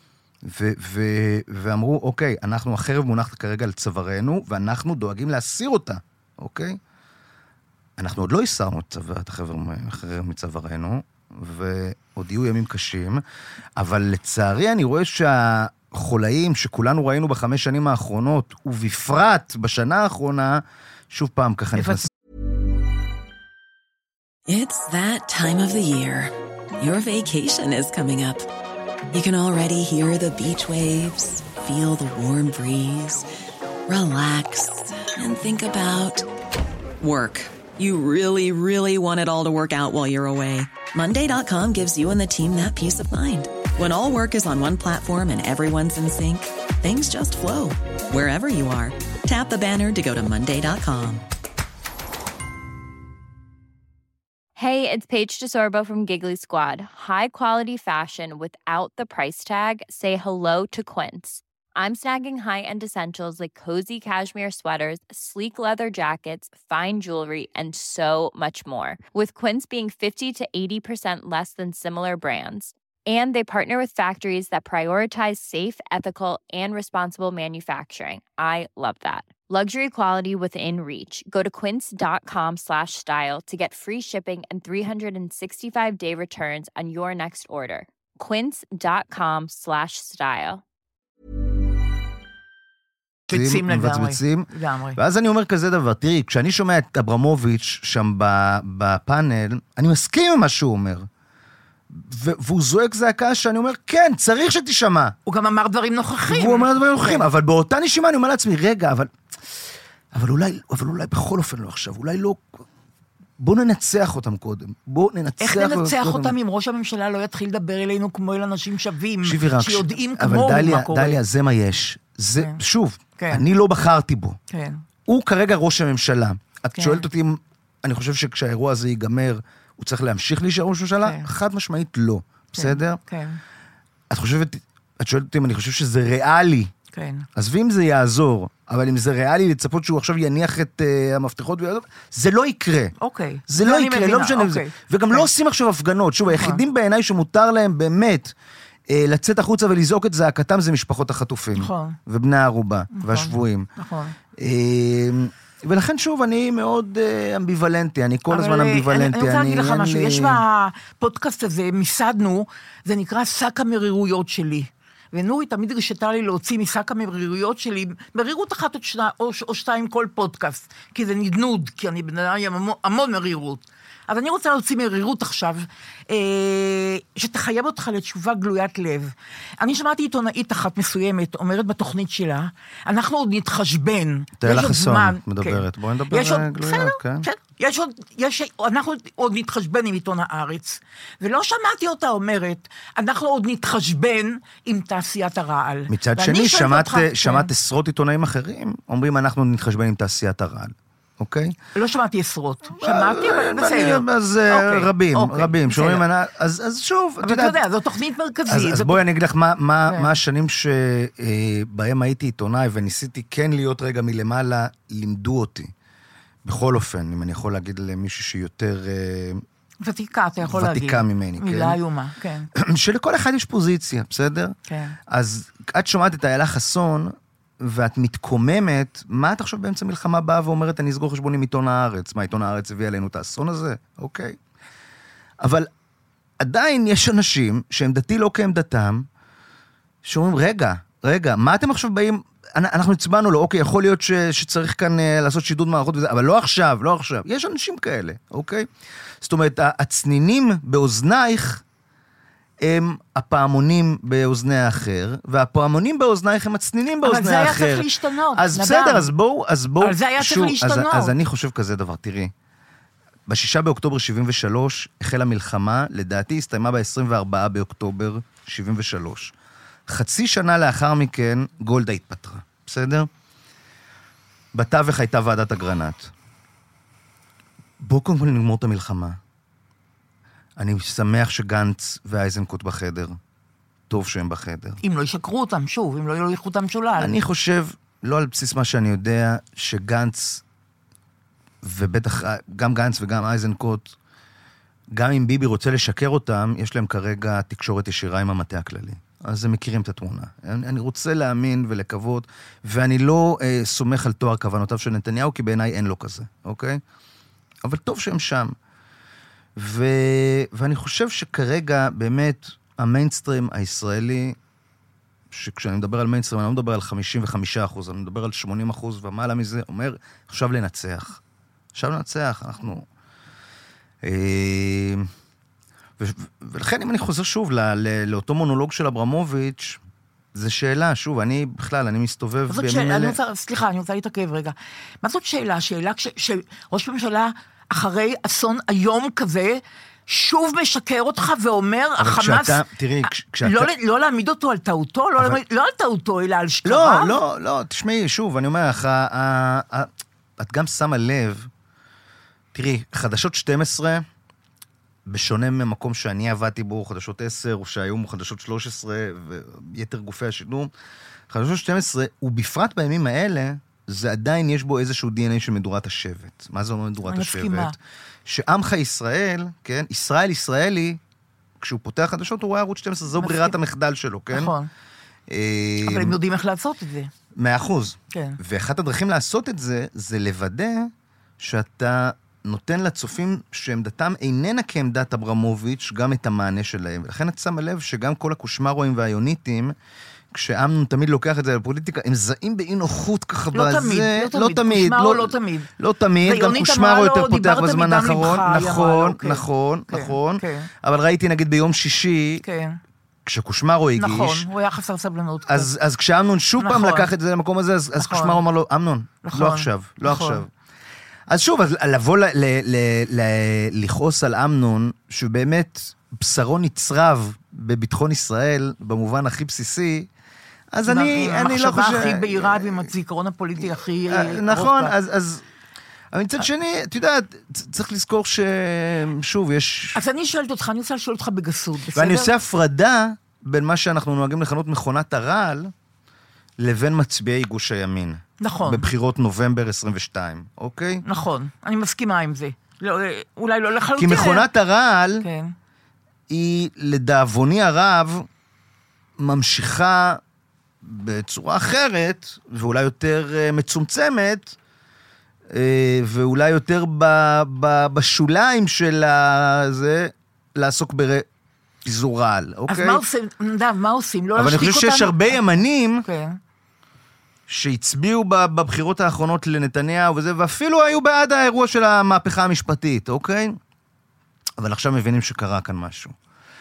ואמרו, אוקיי, אנחנו החרב מונחת כרגע על צווארנו, ואנחנו דואגים להסיר אותה, אוקיי? אנחנו עוד לא הסרנו את החרב מצווארנו, ועוד יהיו ימים קשים, אבל לצערי אני רואה שהחולאים שכולנו ראינו ב5 שנים האחרונות, ובפרט בשנה האחרונה, שוב פעם ככה נכנס. It's that time of the year. Your vacation is coming up. You can already hear the beach waves, feel the warm breeze, relax, and think about work. You really, really want it all to work out while you're away. Monday.com gives you and the team that peace of mind. When all work is on one platform and everyone's in sync, things just flow. Wherever you are, tap the banner to go to Monday.com. Hey, it's Paige DeSorbo from Giggly Squad. High quality fashion without the price tag. Say hello to Quince. I'm snagging high-end essentials like cozy cashmere sweaters, sleek leather jackets, fine jewelry, and so much more. With Quince being 50 to 80% less than similar brands. And they partner with factories that prioritize safe, ethical, and responsible manufacturing. I love that. Luxury quality within reach. Go to quince.com/style to get free shipping and 365-day returns on your next order. quince.com/style. מבצבצים. ואז אני אומר כזה דבר, תראי, כשאני שומע את אברמוביץ' שם בפאנל, אני מסכים עם מה שהוא אומר. והוא זועק זעקה שאני אומר, כן, צריך שתשמע. הוא גם אמר דברים נוכחים. והוא אמר דברים נוכחים, אבל באותה נשימה אני אומר לעצמי, רגע, אבל אולי בכל אופן לא עכשיו, אולי לא... בואו ננצח אותם קודם. בואו ננצח אותם. איך ננצח אותם אם ראש הממשלה לא יתחיל לדבר אלינו כמו אל אנשים שווים, שיודעים כמוהו מה קורה? אבל דליה, זה מה יש. שוב, אני לא בחרתי בו. הוא כרגע ראש הממשלה. את שואלת אותי אם, אני חושב שכשהאירוע הזה ייגמר, הוא צריך להמשיך להישאר ראש הממשלה? חד משמעית לא. בסדר? את שואלת אותי אם אני חושב שזה ריאלי. אז ואם זה יעזור, אבל אם זה ריאלי לצפות שהוא עכשיו יניח את המפתחות, זה לא יקרה. זה לא יקרה, לא משנה. וגם לא עושים עכשיו הפגנות. שוב, היחידים בעיניי שמותר להם באמת לצאת החוצה ולזעוק את זעקתם, זה משפחות החטופים. ובני הערובה, והשבויים. ולכן שוב, אני מאוד אמביוולנטי, אני כל הזמן אמביוולנטי. אני רוצה להגיד לך משהו, יש בפודקאסט הזה, מיסדנו, זה נקרא שק המרירויות שלי. ונורי תמיד רשתה לי להוציא משק המרירויות שלי, מרירות אחת או שתיים כל פודקאסט, כי זה נדנוד, כי אני בנהי המון מרירות. אז אני רוצה להוציא מרירות עכשיו, שתחייב אותך לתשובה גלוית לב. אני שמעתי עיתונאית אחת מסוימת, אומרת בתוכנית שלה, אנחנו עוד נתחשבן. תהלה חסון מדברת, בואי נדבר גלויות, כן? אנחנו עוד נתחשבן עם עיתון הארץ, ולא שמעתי אותה אומרת, אנחנו עוד נתחשבן עם תעשיית הרעל. מצד שני, שמעת עשרות עיתונאים אחרים, אומרים אנחנו נתחשבן עם תעשיית הרעל. אוקיי? לא שמעתי עשרות. שמעתי, אבל בסדר. אז רבים. שומעים, אז שוב, אבל אתה יודע, זו תוכנית מרכזית. אז בואי אני אגיד לך מה השנים שבהם הייתי עיתונאי, וניסיתי כן להיות רגע מלמעלה, לימדו אותי. בכל אופן, אם אני יכול להגיד למישהו שיותר... ותיקה, אתה יכול להגיד. ותיקה ממני, כן. מילה איומה, כן. שלכל אחד יש פוזיציה, בסדר? כן. אז את שומעת את תהלה חסון, ואת מתקוממת, מה את עכשיו באמצע מלחמה באה ואומרת, אני אסגור חשבון עם עיתון הארץ? מה, עיתון הארץ הביא עלינו את האסון הזה? אוקיי. אבל עדיין יש אנשים שהם דתי לא כעמדתם, שאומרים, רגע, מה אתם עכשיו באים... אנחנו הצבענו לו, אוקיי, יכול להיות שצריך כאן לעשות שידוד מערכות וזה, אבל לא עכשיו. יש אנשים כאלה, אוקיי? זאת אומרת, הצנינים באוזנייך הם הפעמונים באוזני האחר, והפעמונים באוזנייך הם הצנינים באוזני האחר. אבל זה היה צריך להשתנות, אז בסדר, אז בואו... אבל זה היה צריך להשתנות. אז אני חושב כזה דבר, תראי. ב6 באוקטובר 73 החלה מלחמה, לדעתי הסתיימה ב-24 באוקטובר 73. חצי שנה לאחר מכן, גולדה התפטרה, בסדר? בתווך הייתה ועדת אגרנט. בואו קודם כל נגמור את המלחמה. אני שמח שגנץ ואייזנקוט בחדר. טוב שהם בחדר. אם לא ישקרו אותם שוב, אם לא יוליכו אותם שולל. אני חושב, לא על בסיס מה שאני יודע, שגנץ, ובטח גם גנץ וגם אייזנקוט, גם אם ביבי רוצה לשקר אותם, יש להם כרגע תקשורת ישירה עם המטה הכללי. אז הם מכירים את התמונה. אני רוצה להאמין ולקוות, ואני לא סומך על תואר כוונותיו של נתניהו, כי בעיניי אין לו כזה, אוקיי? אבל טוב שהם שם. ואני חושב שכרגע באמת המיינסטרים הישראלי, שכשאני מדבר על מיינסטרים, אני לא מדבר על 55%, אני מדבר על 80% ומעלה מזה, אומר, עכשיו לנצח. אנחנו... ולכן אם אני חוזר שוב לאותו מונולוג של אברמוביץ', זו שאלה, שוב, אני בכלל, אני מסתובב בימים אלה... סליחה, אני רוצה להתעכב רגע. מה זאת שאלה? שאלה כשראש ממשלה אחרי אסון היום כזה, שוב משקר אותך ואומר, החמאס... תראי, לא להעמיד אותו על טעותו, לא על טעותו, אלא על שקריו. לא, תשמעי, שוב, אני אומר לך, את גם שמה לב, תראי, חדשות 12, בשונה ממקום שאני עבדתי בו, חדשות 10, או שהיום הוא חדשות 13, ויתר גופי השידור, חדשות 12, ובפרט בימים האלה, זה עדיין יש בו איזשהו DNA של מדורת השבט. מה זה אומר מדורת השבט? שעמך ישראל, כן, ישראלי, כשהוא פותח חדשות, הוא רואה ערוץ 12, זו ברירת המחדל שלו, כן? נכון. אבל הם יודעים איך לעשות את זה. 100%. כן. ואחת הדרכים לעשות את זה, זה לוודא שאתה נותן לצופים שעמדתם איננה כעמדת אברמוביץ' גם את המענה שלהם. ולכן את שמה לב שגם כל הקושמרואים והיוניטים, כשאמנון תמיד לוקח את זה לפוליטיקה, הם זעים באי נוחות ככה בזה. לא תמיד. לא תמיד, גם קושמרו יותר פותח בזמן האחרון. נכון. אבל ראיתי נגיד ביום שישי, כשקושמרו הגיש. נכון, הוא היה חסר סבלנות. אז כשאמנון שוב פעם לקח את זה למקום הזה, אז קושמרו אמר לו, אמנון, לא עכשיו. אז שוב, אז לבוא לכעוס על אמנון, שבאמת בשרו נצרב בביטחון ישראל, במובן הכי בסיסי, אז אני לא חושב... המחשבה הכי בהירה ועם הזיכרון הפוליטי הכי... נכון, אז... אבל מצד שני, אתה יודע, צריך לזכור ששוב, יש... אז אני שואלת אותך, אני רוצה לשאול אותך בגסות, בסדר? ואני עושה הפרדה בין מה שאנחנו נוהגים לכנות מכונת הרעל, לבין מצביעי גוש הימין. נכון. בבחירות נובמבר 22, אוקיי? נכון, אני מסכימה עם זה. אולי לא לחלוטין. כי מכונת הרעל, היא לדאבוני הרב, ממשיכה בצורה אחרת, ואולי יותר מצומצמת, ואולי יותר בשוליים של זה, לעסוק בפיזור רעל, אוקיי? אז מה עושים, נדב, מה עושים? לא אבל אני להשתיק חושב אותנו? שיש הרבה ימנים, כן. שהצביעו בבחירות האחרונות לנתניהו וזה, ואפילו היו בעד האירוע של המהפכה המשפטית, אוקיי? אבל עכשיו מבינים שקרה כאן משהו.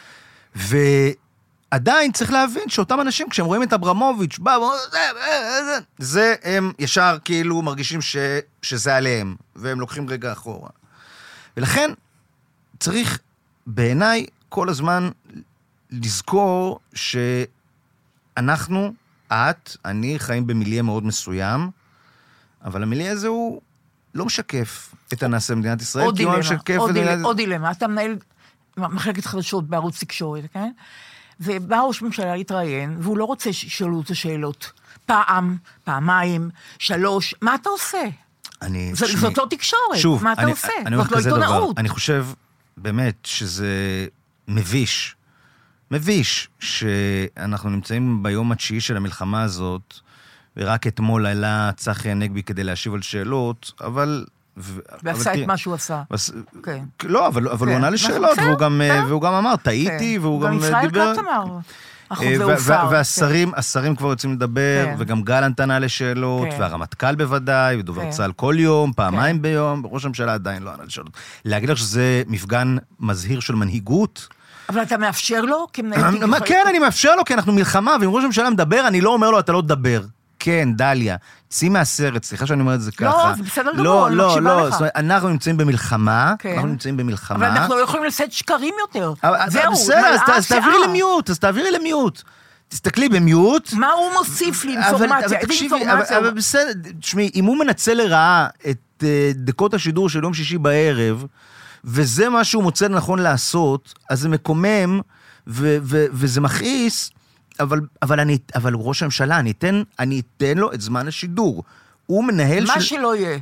ועדיין צריך להבין שאותם אנשים, כשהם רואים את אברמוביץ', זה הם ישר כאילו מרגישים שזה עליהם, והם לוקחים רגע אחורה. ולכן צריך בעיניי כל הזמן לזכור שאנחנו, אני חיים במיליה מאוד מסוים, אבל המיליה הזה הוא לא משקף את הנעשה במדינת ישראל, עוד דילמה. אתה מנהל מחלקת חדשות בערוץ תקשורת, כן? ובא ראש ממשלה להתראיין, והוא לא רוצה שישאלו את השאלות. פעם, פעמיים, 3, מה אתה עושה? זאת לא תקשורת, שוב, מה אתה עושה? זאת לא עיתונאות. אני חושב באמת שזה מביש שאנחנו נמצאים ביום התשיעי של המלחמה הזאת, ורק אתמול עלה צחי הנגבי כדי להשיב על שאלות, אבל... ועשה את מה שהוא עשה. לא, אבל הוא עונה לשאלות, והוא גם אמר, טעיתי, והוא גם דיבר... גם ישראל כץ אמר. והשרים כבר יוצאים לדבר, וגם גלנט ענה לשאלות, והרמטכ"ל בוודאי, ודובר צה"ל כל יום, פעמיים ביום, ראש הממשלה עדיין לא ענה לשאלות. להגיד לך שזה מפגן מזהיר של מנהיגות, אבל אתה מאפשר לו? כן, אני מאפשר לו, כי אנחנו מלחמה, ואם ראש הממשלה מדבר, אני לא אומר לו, אתה לא תדבר. כן, דליה, צאי מהסרט, סליחה שאני אומר את זה ככה. לא, זה בסדר גמור, אני מקשיבה לך. אנחנו נמצאים במלחמה, אבל אנחנו לא יכולים לשאת שקרים יותר. זהו, אז תעבירי למיוט. תסתכלי במיוט. מה הוא מוסיף לאינפורמציה? אבל בסדר, תשמעי, אם הוא מנצל לרעה את דקות השידור של יום שישי בערב, וזה מה שהוא מוצא נכון לעשות, אז זה מקומם, וזה מכעיס, אבל ראש הממשלה, אני אתן לו את זמן השידור. הוא מנהל מה שלא יהיה.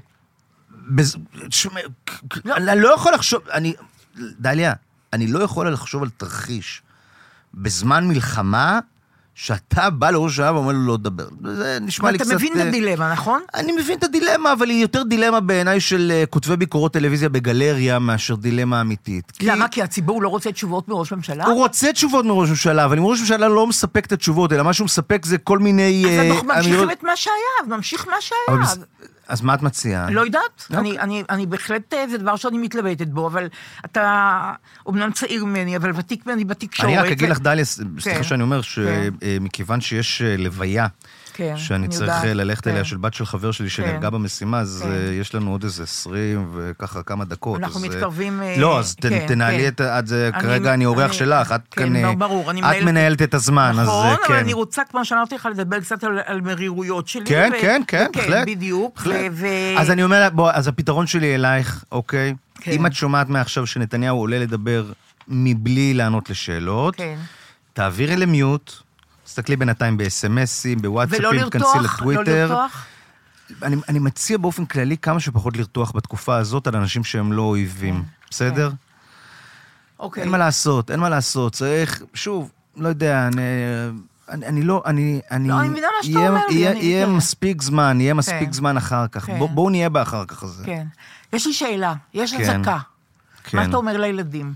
אני לא יכול לחשוב, דליה, אני לא יכול לחשוב על תרחיש בזמן מלחמה, שאתה בא לראש הממשלה ואומר לו לא לדבר. זה נשמע לי קצת... אתה מבין את הדילמה, נכון? אני מבין את הדילמה, אבל היא יותר דילמה בעיניי של כותבי ביקורות טלוויזיה בגלריה, מאשר דילמה אמיתית. למה? כי הציבור לא רוצה תשובות מראש הממשלה? הוא רוצה תשובות מראש הממשלה, אבל אם ראש הממשלה לא מספק את התשובות, אלא מה שהוא מספק זה כל מיני... אז אנחנו ממשיכים את מה שהיה, ממשיך מה שהיה. אז מה את מציעה? לא יודעת. אני בהחלט, זה דבר שאני מתלבטת בו, אבל אתה אומנם צעיר ממני, אבל ותיק ממני בתקשורת. אני רק אגיד לך, דליה, סליחה שאני אומר, שמכיוון שיש לוויה, שאני צריך ללכת אליה של בת של חבר שלי שנהרגה במשימה, אז יש לנו עוד איזה 20 וככה כמה דקות. אנחנו מתקרבים... לא, אז תנהלי את זה, כרגע אני אורח שלך, את מנהלת את הזמן, אז כן. נכון, אבל אני רוצה, כמו שאמרתי לך, לדבר קצת על מרירויות שלי. כן, כן, כן, בהחלט. בדיוק. אז אני אומר, בוא, אז הפתרון שלי אלייך, אוקיי? אם את שומעת מעכשיו שנתניהו עולה לדבר מבלי לענות לשאלות, תעבירי למיוט, תסתכלי בינתיים ב-SMSים, בוואטסאפים, כנסי לטוויטר. ולא לרתוח? אני מציע באופן כללי כמה שפחות לרתוח בתקופה הזאת על אנשים שהם לא אויבים. בסדר? אוקיי. אין מה לעשות, צריך, שוב, לא יודע, אני לא, אני מבינה מה שאתה אומר לי. יהיה מספיק זמן אחר כך. בואו נהיה באחר כך הזה. כן. יש לי שאלה, יש הצקה. מה אתה אומר לילדים?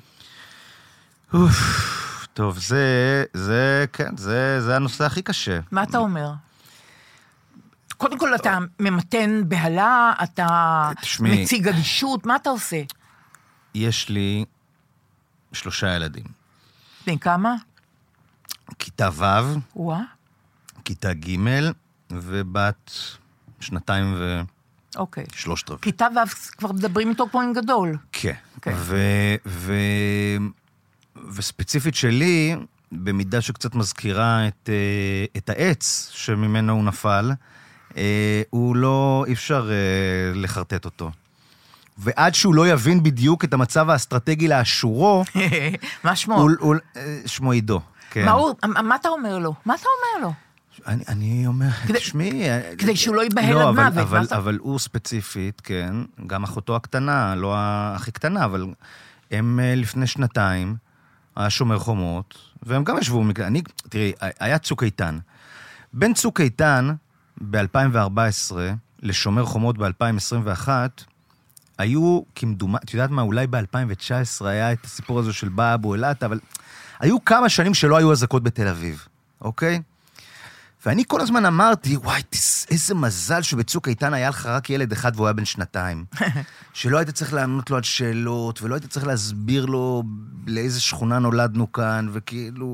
טוב, זה הנושא הכי קשה. מה אתה אומר? קודם כל אתה ממתן בהלה, אתה מציג אדישות, מה אתה עושה? יש לי 3 ילדים. בן כמה? כיתה ו', כיתה ג' ובת 2 אוקיי. 3/4. כיתה כבר מדברים איתו כמו עם גדול. כן. וספציפית שלי, במידה שקצת מזכירה את העץ שממנו הוא נפל, הוא לא, אי אפשר לחרטט אותו. ועד שהוא לא יבין בדיוק את המצב האסטרטגי לאשורו, מה שמו? שמו עידו. מה אתה אומר לו? אני אומר, תשמעי... כדי שהוא לא ייבהל עד מוות. אבל הוא ספציפית, כן, גם אחותו הקטנה, לא הכי קטנה, אבל הם לפני 2 היה שומר חומות, והם גם ישבו... תראי, היה צוק איתן. בין צוק איתן ב-2014 לשומר חומות ב-2021, היו כמדומה, את יודעת מה, אולי ב-2019 היה את הסיפור הזה של בא אבו אלעטה, אבל היו כמה שנים שלא היו אזעקות בתל אביב, אוקיי? ואני כל הזמן אמרתי, וואי, איזה מזל שבצוק איתן היה לך רק ילד אחד והוא היה בן 2. שלא היית צריך לענות לו על שאלות, ולא היית צריך להסביר לו לאיזה שכונה נולדנו כאן, וכאילו...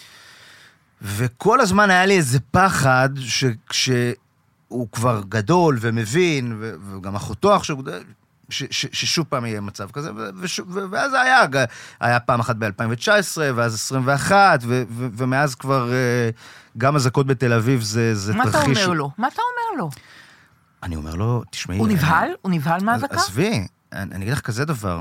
וכל הזמן היה לי איזה פחד שהוא כבר גדול ומבין, וגם אחותו עכשיו, ששוב פעם יהיה מצב כזה, ואז היה פעם אחת ב-2019, ואז 21, ומאז כבר גם אזעקות בתל אביב זה תרחיש... מה אתה אומר לו? אני אומר לו, תשמעי... הוא נבהל? הוא נבהל מהאזעקה? עזבי, אני אגיד לך כזה דבר.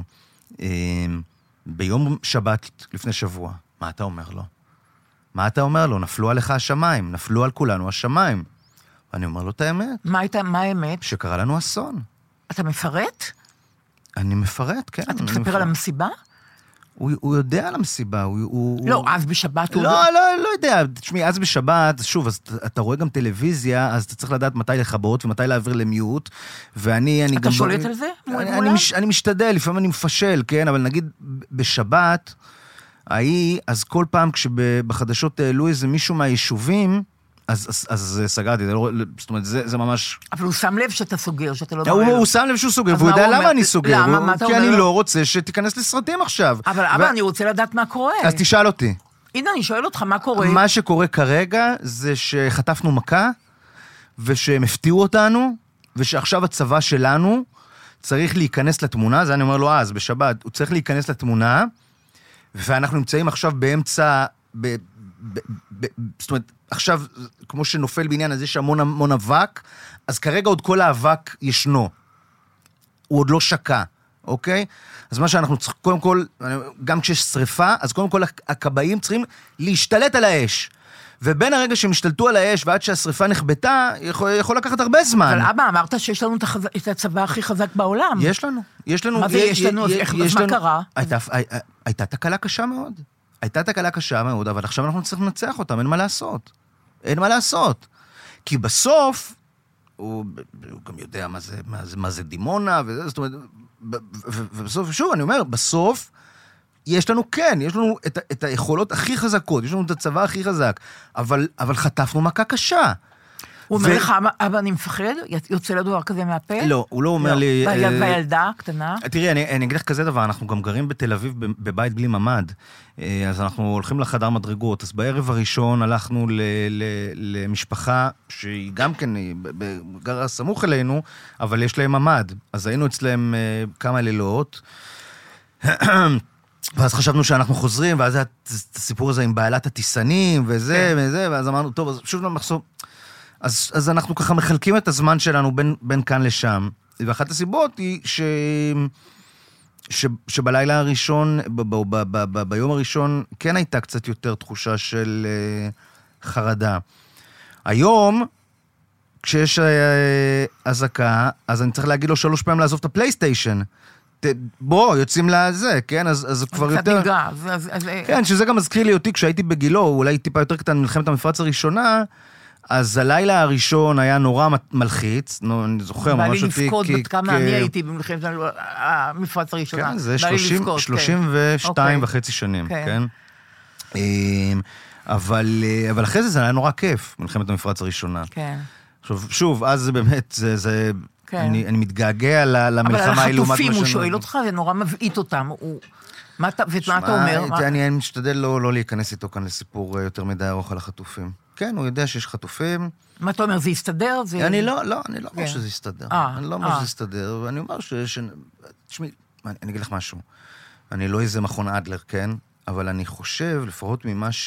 ביום שבת לפני שבוע, מה אתה אומר לו? נפלו עליך השמיים, נפלו על כולנו השמיים. ואני אומר לו את האמת. מה האמת? שקרה לנו אסון. אתה מפרט? אני מפרט, כן. אתה מספר על המסיבה? הוא יודע על המסיבה, לא, אז בשבת הוא... לא יודע, תשמעי, אז בשבת, שוב, אז אתה רואה גם טלוויזיה, אז אתה צריך לדעת מתי לכבות ומתי להעביר למיוט, ואני גם... אתה שולט על זה? אני משתדל, לפעמים אני מפשל, כן, אבל נגיד בשבת, אז כל פעם כשבחדשות העלו איזה מישהו מהיישובים, אז סגרתי, זאת אומרת, זה ממש... אבל הוא שם לב שאתה סוגר, שאתה לא... הוא שם לב שהוא סוגר, והוא יודע למה אני סוגר. כי אני לא רוצה שתיכנס לסרטים עכשיו. אבל אבא, אני רוצה לדעת מה קורה. אז תשאל אותי. הנה, אני שואל אותך, מה קורה? מה שקורה כרגע זה שחטפנו מכה, ושהם הפתיעו אותנו, ושעכשיו הצבא שלנו צריך להיכנס לתמונה, זה אני אומר לו, אז בשבת, הוא צריך להיכנס לתמונה, ואנחנו נמצאים עכשיו באמצע... זאת אומרת, עכשיו, כמו שנופל בעניין הזה, יש המון אבק, אז כרגע עוד כל האבק ישנו. הוא עוד לא שקע, אוקיי? אז מה שאנחנו צריכים, קודם כל, גם כשיש שריפה, אז קודם כל הכבאים צריכים להשתלט על האש. ובין הרגע שהם השתלטו על האש, ועד שהשריפה נחבטה, יכול לקחת הרבה זמן. אבל אבא, אמרת שיש לנו את הצבא הכי חזק בעולם. יש לנו. מה זה יש לנו? אז מה קרה? הייתה תקלה קשה מאוד. אבל עכשיו אנחנו צריכים לנצח אותם, אין מה לעשות. כי בסוף, הוא גם יודע מה זה דימונה, זאת אומרת, ובסוף, שוב, אני אומר, בסוף, יש לנו את היכולות הכי חזקות, יש לנו את הצבא הכי חזק, אבל חטפנו מכה קשה. הוא אומר לך, אבא, אני מפחד? יוצא לדבר כזה מהפה? לא, הוא לא אומר לי... והילדה קטנה? תראי, אני אגיד לך כזה דבר, אנחנו גם גרים בתל אביב בבית בלי ממד, אז אנחנו הולכים לחדר מדרגות, אז בערב הראשון הלכנו למשפחה שהיא גם כן גרה סמוך אלינו, אבל יש להם ממד, אז היינו אצלם כמה לילות, ואז חשבנו שאנחנו חוזרים, ואז היה את הסיפור הזה עם בעלת הטיסנים, וזה, ואז אמרנו, טוב, אז שוב למחסום. אז אנחנו ככה מחלקים את הזמן שלנו בין כאן לשם. ואחת הסיבות היא שבלילה הראשון, ביום הראשון, כן הייתה קצת יותר תחושה של חרדה. היום, כשיש אזעקה, אז אני צריך להגיד לו 3 פעמים לעזוב את הפלייסטיישן. יוצאים לזה, כן? אז כבר יותר... קצת ניגע. כן, שזה גם מזכיר לי אותי, כשהייתי בגילו, אולי טיפה יותר קטן מלחמת המפרץ הראשונה, אז הלילה הראשון היה נורא מלחיץ, אני זוכר ממש אותי... בא לי לבכות בת כמה אני הייתי במלחמת המפרץ הראשונה. כן, זה 32 וחצי שנים, כן? אבל אחרי זה היה נורא כיף, מלחמת המפרץ הראשונה. כן. שוב, אז זה באמת, אני מתגעגע למלחמה האילומת... אבל על החטופים, הוא שואל אותך, זה נורא מבעית אותם. ומה אתה אומר? אני משתדל לא להיכנס איתו כאן לסיפור יותר מדי ארוך על החטופים. כן, הוא יודע שיש חטופים. מה אתה אומר, זה יסתדר? אני לא אומר שזה יסתדר. אני לא אומר שזה יסתדר, ואני אומר תשמעי, אני אגיד לך משהו. אני לא איזה מכון אדלר, כן? אבל אני חושב, לפחות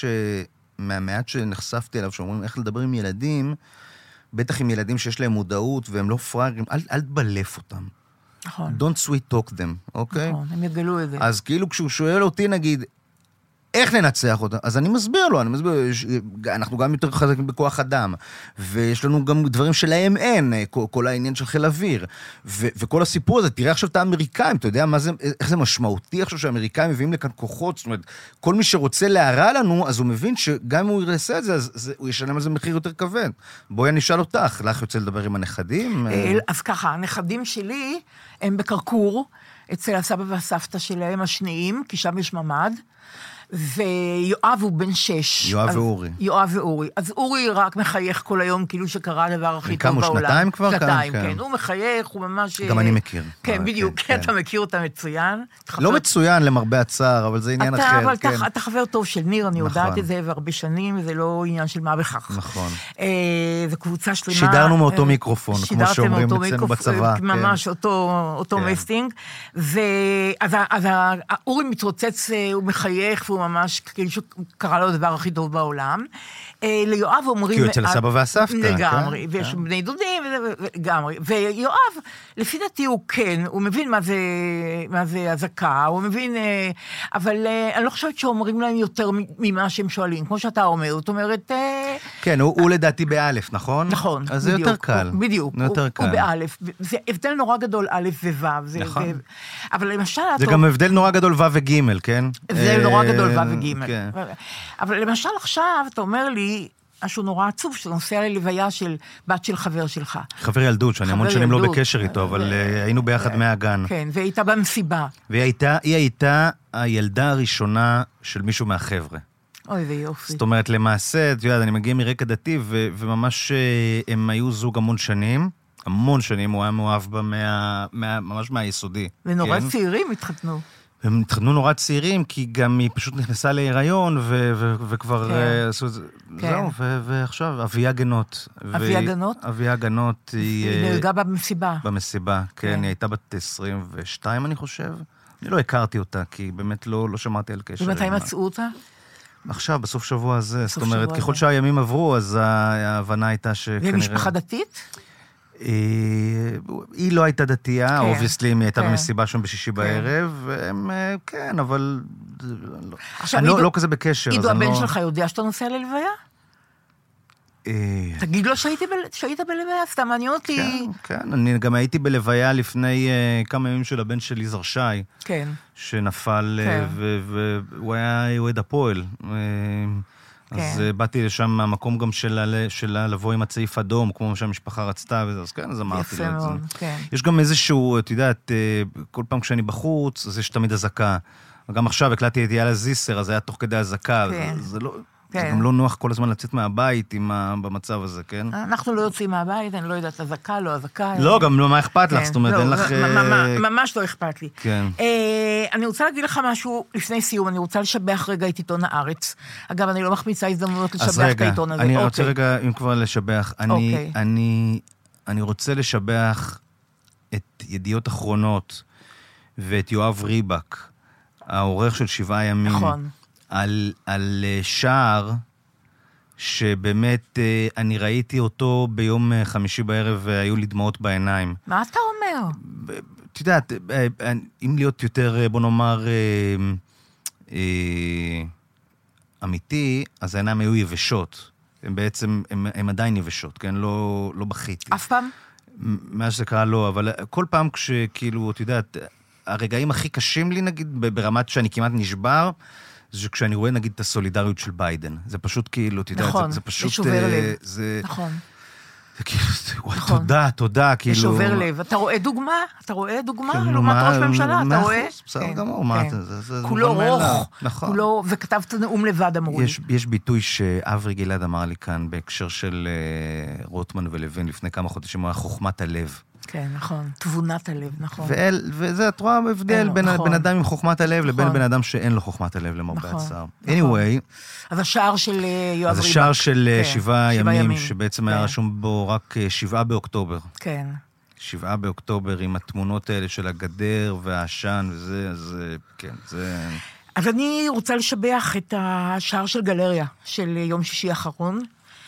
מהמעט שנחשפתי אליו, שאומרים איך לדבר עם ילדים, בטח עם ילדים שיש להם מודעות, והם לא פראיירים, אל תבלף אותם. נכון. Don't sweet talk them, אוקיי? נכון, הם יגלו את זה. אז כאילו כשהוא שואל אותי, נגיד, איך ננצח אותה? אז אני מסביר לו, אנחנו גם יותר חזקים בכוח אדם, ויש לנו גם דברים שלהם אין, כל העניין של חיל אוויר, וכל הסיפור הזה, תראה עכשיו את האמריקאים, אתה יודע איך זה משמעותי עכשיו שהאמריקאים מביאים לכאן כוחות, זאת אומרת, כל מי שרוצה להרע לנו, אז הוא מבין שגם אם הוא ירסה את זה, אז הוא ישלם על זה מחיר יותר כבד. בואי אני אשאל אותך, לך יוצא לדבר עם הנכדים? אז ככה, הנכדים שלי הם בקרקור, אצל הסבא והסבתא שלהם השניים, כי שם יש ממד, ויואב הוא בן 6. יואב ואורי. יואב ואורי. אז אורי רק מחייך כל היום, כאילו שקרה הדבר הכי טוב בעולם. כמה, שנתיים כבר? שנתיים, כן. הוא מחייך, הוא ממש... גם אני מכיר. כן, בדיוק, אתה מכיר אותה מצוין. לא מצוין למרבה הצער, אבל זה עניין אחר. אבל אתה חבר טוב של ניר, אני יודעת את זה, והרבה שנים, וזה לא עניין של מה בכך. נכון. זו קבוצה שלמה. שידרנו מאותו מיקרופון, כמו שאומרים אצלנו בצבא. ממש אותו מסטינג. אז אורי מתרוצץ, הוא מחייך, והוא ממש, כאילו שקרה לו הדבר הכי טוב בעולם. ליואב אומרים... כי הוא אצל הסבא והסבתא. לגמרי, ויש בני דודים, לגמרי. ויואב, לפי דעתי הוא כן, הוא מבין מה זה הזקה, הוא מבין, אבל אני לא חושבת שאומרים להם יותר ממה שהם שואלים, כמו שאתה אומר, זאת אומרת... כן, הוא לדעתי באלף, נכון? נכון. אז זה יותר קל. בדיוק, הוא באלף. זה הבדל נורא גדול, א' וו'. נכון. אבל למשל... זה גם הבדל נורא גדול ו' וג', כן? הבדל נורא גדול ו' וג'. אבל למשל עכשיו, אתה אומר לי, משהו נורא עצוב, שאתה נוסע ללוויה של בת של חבר שלך. חבר ילדות, שאני המון שנים לא בקשר איתו, אבל היינו ביחד מהגן. כן, והיא הייתה במסיבה. והיא הייתה הילדה הראשונה של מישהו מהחבר'ה. אוי ויופי. זאת אומרת, למעשה, אתה יודע, אני מגיע מרקע דתי, וממש הם היו זוג המון שנים, הוא היה מאוהב בה ממש מהיסודי. ונורא צעירים התחתנו. הם התחתנו נורא צעירים, כי גם היא פשוט נכנסה להיריון, וכבר עשו את זה. זהו, ועכשיו, אביה גנות. אביה גנות? אביה גנות היא... נהרגה במסיבה. במסיבה, כן, היא הייתה בת 22, אני חושב. אני לא הכרתי אותה, כי באמת לא שמעתי על קשר. ומתי מצאו אותה? עכשיו, בסוף שבוע הזה. זאת אומרת, ככל שהימים עברו, אז ההבנה הייתה שכנראה... ומשפחה דתית? היא לא הייתה דתייה, אובייסלי, היא הייתה במסיבה שם בשישי בערב, והם, כן, אבל אני לא כזה בקשר. עידו, הבן שלך יודע שאתה נוסע ללוויה? תגיד לו שהיית בלוויה, סתם מעניין אותי. כן, אני גם הייתי בלוויה לפני כמה ימים של הבן של יזהר שי, שנפל, והוא היה יועד הפועל. אז באתי לשם מהמקום גם שלה לבוא עם הצעיף אדום, כמו שהמשפחה רצתה, אז כן, אז אמרתי לו את זה. יש גם איזשהו, את יודעת, כל פעם כשאני בחוץ, אז יש תמיד הזקה. גם עכשיו הקלטתי את יאללה זיסר, אז היה תוך כדי הזקה, זה לא... זה גם לא נוח כל הזמן לצאת מהבית במצב הזה, כן? אנחנו לא יוצאים מהבית, אני לא יודעת, הזקה, לא הזקה. לא, גם לא, מה אכפת לך? זאת אומרת, אין לך... ממש לא אכפת לי. כן. אני רוצה להגיד לך משהו לפני סיום, אני רוצה לשבח רגע את עיתון הארץ. אגב, אני לא מחמיצה הזדמנות לשבח את העיתון הזה. אני רוצה רגע, אם כבר לשבח, אני רוצה לשבח את ידיעות אחרונות ואת יואב ריבק, העורך של 7 ימים. נכון. על שער, שבאמת אני ראיתי אותו ביום חמישי בערב, והיו לי דמעות בעיניים. מה אתה אומר? את יודעת, אם להיות יותר, בוא נאמר, אמיתי, אז העיניים היו יבשות. הם בעצם, הם עדיין יבשות, כן? לא בכיתי. אף פעם? מה שזה קרה לא, אבל כל פעם כשכאילו, את יודעת, הרגעים הכי קשים לי, נגיד, ברמת שאני כמעט נשבר, זה כשאני רואה, נגיד, את הסולידריות של ביידן. זה פשוט כאילו, אתה יודע, זה פשוט... זה שובר לב. נכון. זה כאילו, תודה, כאילו... זה שובר לב. אתה רואה דוגמה? אתה רואה דוגמה? לעומת ראש ממשלה, אתה רואה? בסדר גמור, מה זה? כולו רוך. נכון. וכתבת נאום לבד, אמרו לי. יש ביטוי שאברי גלעד אמר לי כאן, בהקשר של רוטמן ולוין, לפני כמה חודשים, הוא היה חוכמת הלב. כן, נכון. תבונת הלב, נכון. וזה, את רואה הבדל בין בן אדם עם חוכמת הלב לבין בן אדם שאין לו חוכמת הלב למרבה הצער. anyway. אז השער של יואב ריבק. אז השער של 7 ימים, שבעצם היה רשום בו רק 7 באוקטובר. כן. 7 באוקטובר עם התמונות האלה של הגדר והעשן וזה, אז כן, זה... אז אני רוצה לשבח את השער של גלריה, של יום שישי האחרון.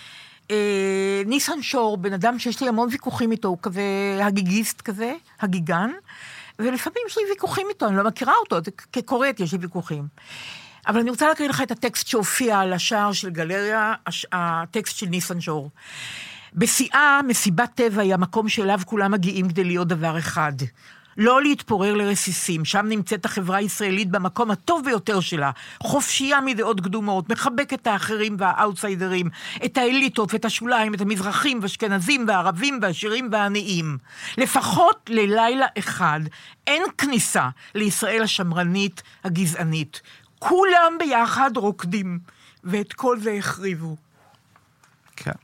ניסן שור, בן אדם שיש לי המון ויכוחים איתו, הוא כזה הגיגיסט כזה, הגיגן, ולפעמים יש לי ויכוחים איתו, אני לא מכירה אותו, כקוראת יש לי ויכוחים. אבל אני רוצה להקריא לך את הטקסט שהופיע על השער של גלריה, הטקסט של ניסן שור. בשיאה, מסיבת טבע היא המקום שאליו כולם מגיעים כדי להיות דבר אחד. לא להתפורר לרסיסים, שם נמצאת החברה הישראלית במקום הטוב ביותר שלה, חופשייה מדעות קדומות, מחבק את האחרים והאוטסיידרים, את האליטות ואת השוליים, את המזרחים והשכנזים והערבים והעשירים והעניים. לפחות ללילה אחד אין כניסה לישראל השמרנית הגזענית. כולם ביחד רוקדים, ואת כל זה החריבו. כן.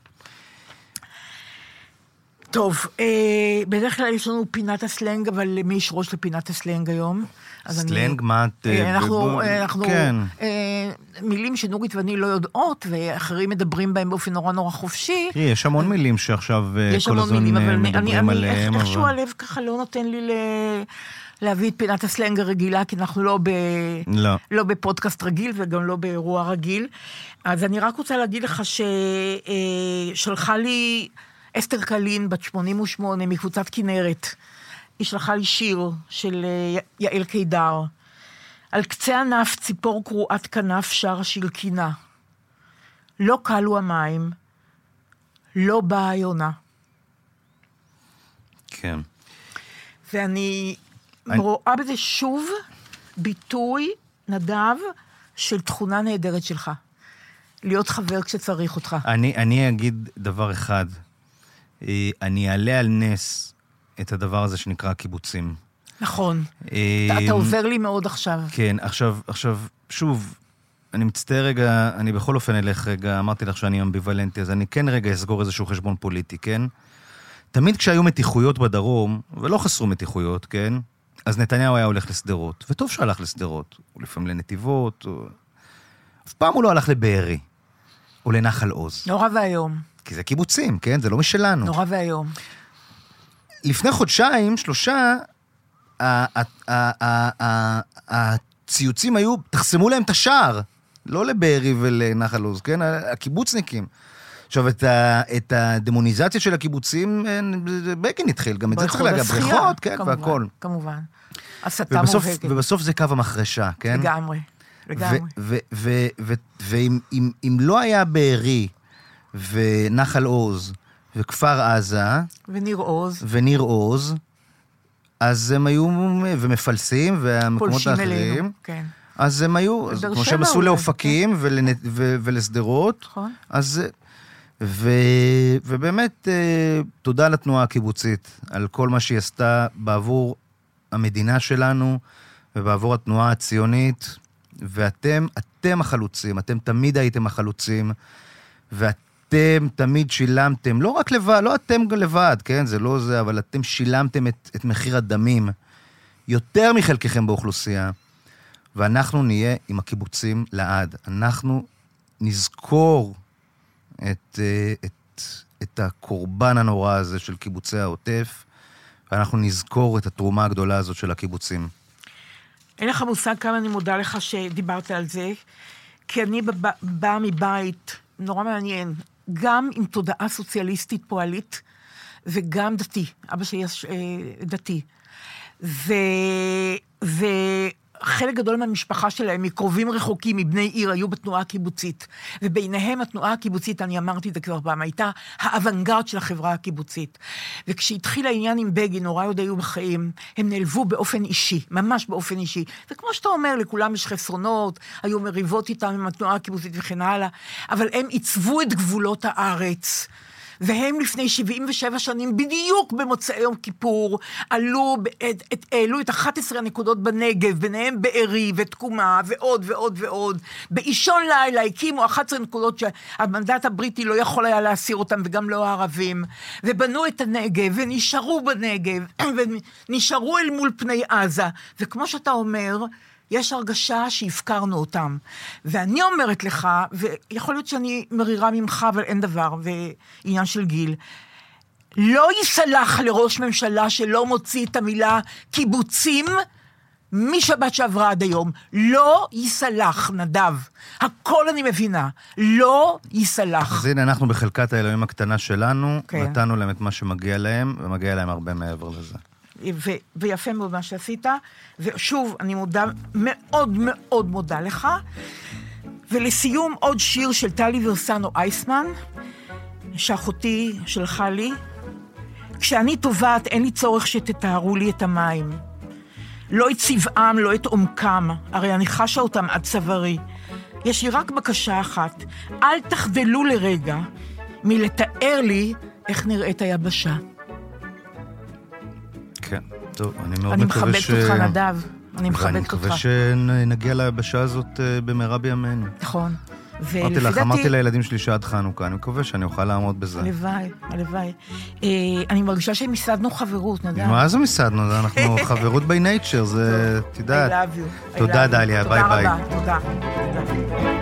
טוב, בדרך כלל יש לנו פינת הסלנג, אבל למי יש ראש לפינת הסלנג היום? סלנג, מה את... אנחנו מילים שנורית ואני לא יודעות, ואחרים מדברים בהם באופן נורא נורא חופשי. יש המון מילים שעכשיו כל הזמן מדברים עליהם. איכשהו הלב ככה לא נותן לי להביא את פינת הסלנג הרגילה, כי אנחנו לא בפודקאסט רגיל, וגם לא באירוע רגיל. אז אני רק רוצה להגיד לך ששלחה לי... אסתר קלין, בת 88, מקבוצת כנרת, היא שלחה לי שיר של יעל קידר. על קצה ענף ציפור קרועת כנף שר השלקינה. לא קלו המים, לא באה היונה. כן. ואני רואה בזה שוב ביטוי נדב של תכונה נהדרת שלך. להיות חבר כשצריך אותך. אני אגיד דבר אחד. אני אעלה על נס את הדבר הזה שנקרא קיבוצים. נכון. אתה עובר לי מאוד עכשיו. כן, עכשיו, שוב, אני מצטער רגע, אני בכל אופן אלך רגע, אמרתי לך שאני אמביוולנטי, אז אני כן רגע אסגור איזשהו חשבון פוליטי, כן? תמיד כשהיו מתיחויות בדרום, ולא חסרו מתיחויות, כן? אז נתניהו היה הולך לסדרות, וטוב שהלך לסדרות, או לפעמים לנתיבות, אף פעם הוא לא הלך לבארי, או לנחל עוז. נורא והיום. כי זה קיבוצים, כן? זה לא משלנו. נורא והיום. לפני חודשיים, 3, הציוצים היו, תחסמו להם את השער, לא לבארי ולנחל עוז, כן? הקיבוצניקים. עכשיו, את הדמוניזציה של הקיבוצים, בגין התחיל, גם את זה צריך להגיד, בריכות, כן, והכל. כמובן. הסתה מובהקת. ובסוף זה קו המחרשה, כן? לגמרי. ואם לא היה בארי, ונחל עוז, וכפר עזה, וניר עוז, אז הם היו, ומפלסים, והמקומות האחרים, כן. אז הם היו, כמו שהם עשו לאופקים, ולסדרות, אז, ובאמת, תודה לתנועה הקיבוצית, על כל מה שהיא עשתה, בעבור המדינה שלנו, ובעבור התנועה הציונית, ואתם החלוצים, אתם תמיד הייתם החלוצים, ואתם תמיד שילמתם, לא רק לבד, לא אתם לבד, כן, זה לא זה, אבל אתם שילמתם את מחיר הדמים, יותר מחלקכם באוכלוסייה, ואנחנו נהיה עם הקיבוצים לעד. אנחנו נזכור את הקורבן הנורא הזה של קיבוצי העוטף, ואנחנו נזכור את התרומה הגדולה הזאת של הקיבוצים. אין לך מושג כמה אני מודה לך שדיברת על זה, כי אני באה מבית נורא מעניין, גם עם תודעה סוציאליסטית פועלית, וגם דתי. אבא שלי דתי. וחלק גדול מהמשפחה שלהם, מקרובים רחוקים, מבני עיר, היו בתנועה הקיבוצית. וביניהם התנועה הקיבוצית, אני אמרתי את זה כבר פעם, הייתה האוונגרד של החברה הקיבוצית. וכשהתחיל העניין עם בגין, הוריי עוד היו בחיים, הם נלוו באופן אישי, ממש באופן אישי. וכמו שאתה אומר, לכולם יש חסרונות, היו מריבות איתם עם התנועה הקיבוצית וכן הלאה, אבל הם עיצבו את גבולות הארץ. והם לפני 77 שנים, בדיוק במוצאי יום כיפור, העלו את 11 הנקודות בנגב, ביניהם בארי ותקומה, ועוד ועוד ועוד. באישון לילה הקימו 11 נקודות שהמנדט הבריטי לא יכול היה להסיר אותם, וגם לא הערבים, ובנו את הנגב, ונשארו בנגב, ונשארו אל מול פני עזה. וכמו שאתה אומר, יש הרגשה שהפקרנו אותם. ואני אומרת לך, ויכול להיות שאני מרירה ממך, אבל אין דבר, ועניין של גיל, לא יסלח לראש ממשלה שלא מוציא את המילה קיבוצים, משבת שעברה עד היום. לא יסלח, נדב. הכל אני מבינה. לא יסלח. אז הנה, אנחנו בחלקת האלוהים הקטנה שלנו, נתנו להם את מה שמגיע להם, ומגיע להם הרבה מעבר לזה. ויפה מאוד מה שעשית, ושוב, אני מאוד מאוד מודה לך. ולסיום, עוד שיר של טלי ורסנו אייסמן, שאחותי שלחה לי, כשאני טובעת, אין לי צורך שתתארו לי את המים. לא את צבעם, לא את עומקם, הרי אני חשה אותם עד צווארי. יש לי רק בקשה אחת, אל תחדלו לרגע מלתאר לי איך נראית היבשה. כן, טוב, אני מאוד מקווה אני מחבקת אותך, נדב. אני מחבקת אותך. ואני מקווה שנגיע ליבשה הזאת במהרה בימינו. נכון. אמרתי לילדים שלי שעד חנוכה, אני מקווה שאני אוכל לעמוד בזה. הלוואי, הלוואי. אני מרגישה שמסעדנו חברות, נדב. מה זה מסעדנו? אנחנו חברות by nature, זה, תדעת. I love you. תודה, דליה, ביי ביי. תודה רבה, תודה.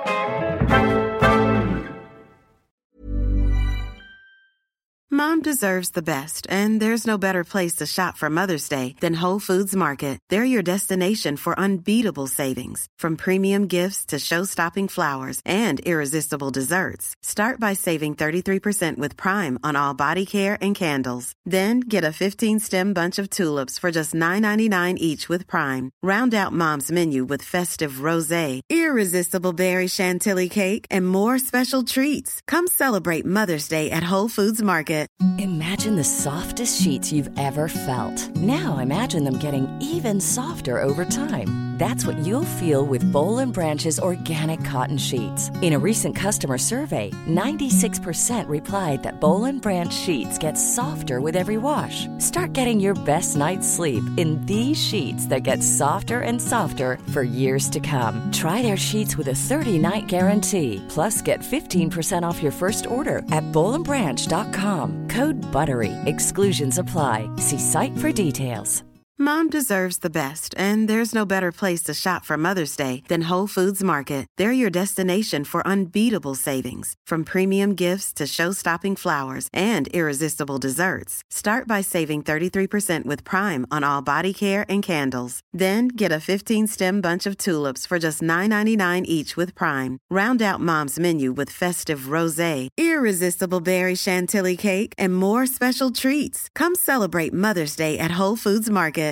Mom deserves the best, and there's no better place to shop for Mother's Day than Whole Foods Market. They're your destination for unbeatable savings, from premium gifts to show-stopping flowers and irresistible desserts. Start by saving 33% with Prime on all body care and candles. Then get a 15-stem bunch of tulips for just $9.99 each with Prime. Round out Mom's menu with festive rosé, irresistible berry chantilly cake, and more special treats. Come celebrate Mother's Day at Whole Foods Market. Imagine the softest sheets you've ever felt. Now imagine them getting even softer over time. That's what you'll feel with Boll & Branch's organic cotton sheets. In a recent customer survey, 96% replied that Boll & Branch sheets get softer with every wash. Start getting your best night's sleep in these sheets that get softer and softer for years to come. Try their sheets with a 30-night guarantee. Plus, get 15% off your first order at bollandbranch.com. Code BUTTERY. Exclusions apply. See site for details. Mom deserves the best, and there's no better place to shop for Mother's Day than Whole Foods Market. They're your destination for unbeatable savings, from premium gifts to show-stopping flowers and irresistible desserts. Start by saving 33% with Prime on all body care and candles. Then get a 15-stem bunch of tulips for just $9.99 each with Prime. Round out Mom's menu with festive rosé, irresistible berry chantilly cake, and more special treats. Come celebrate Mother's Day at Whole Foods Market.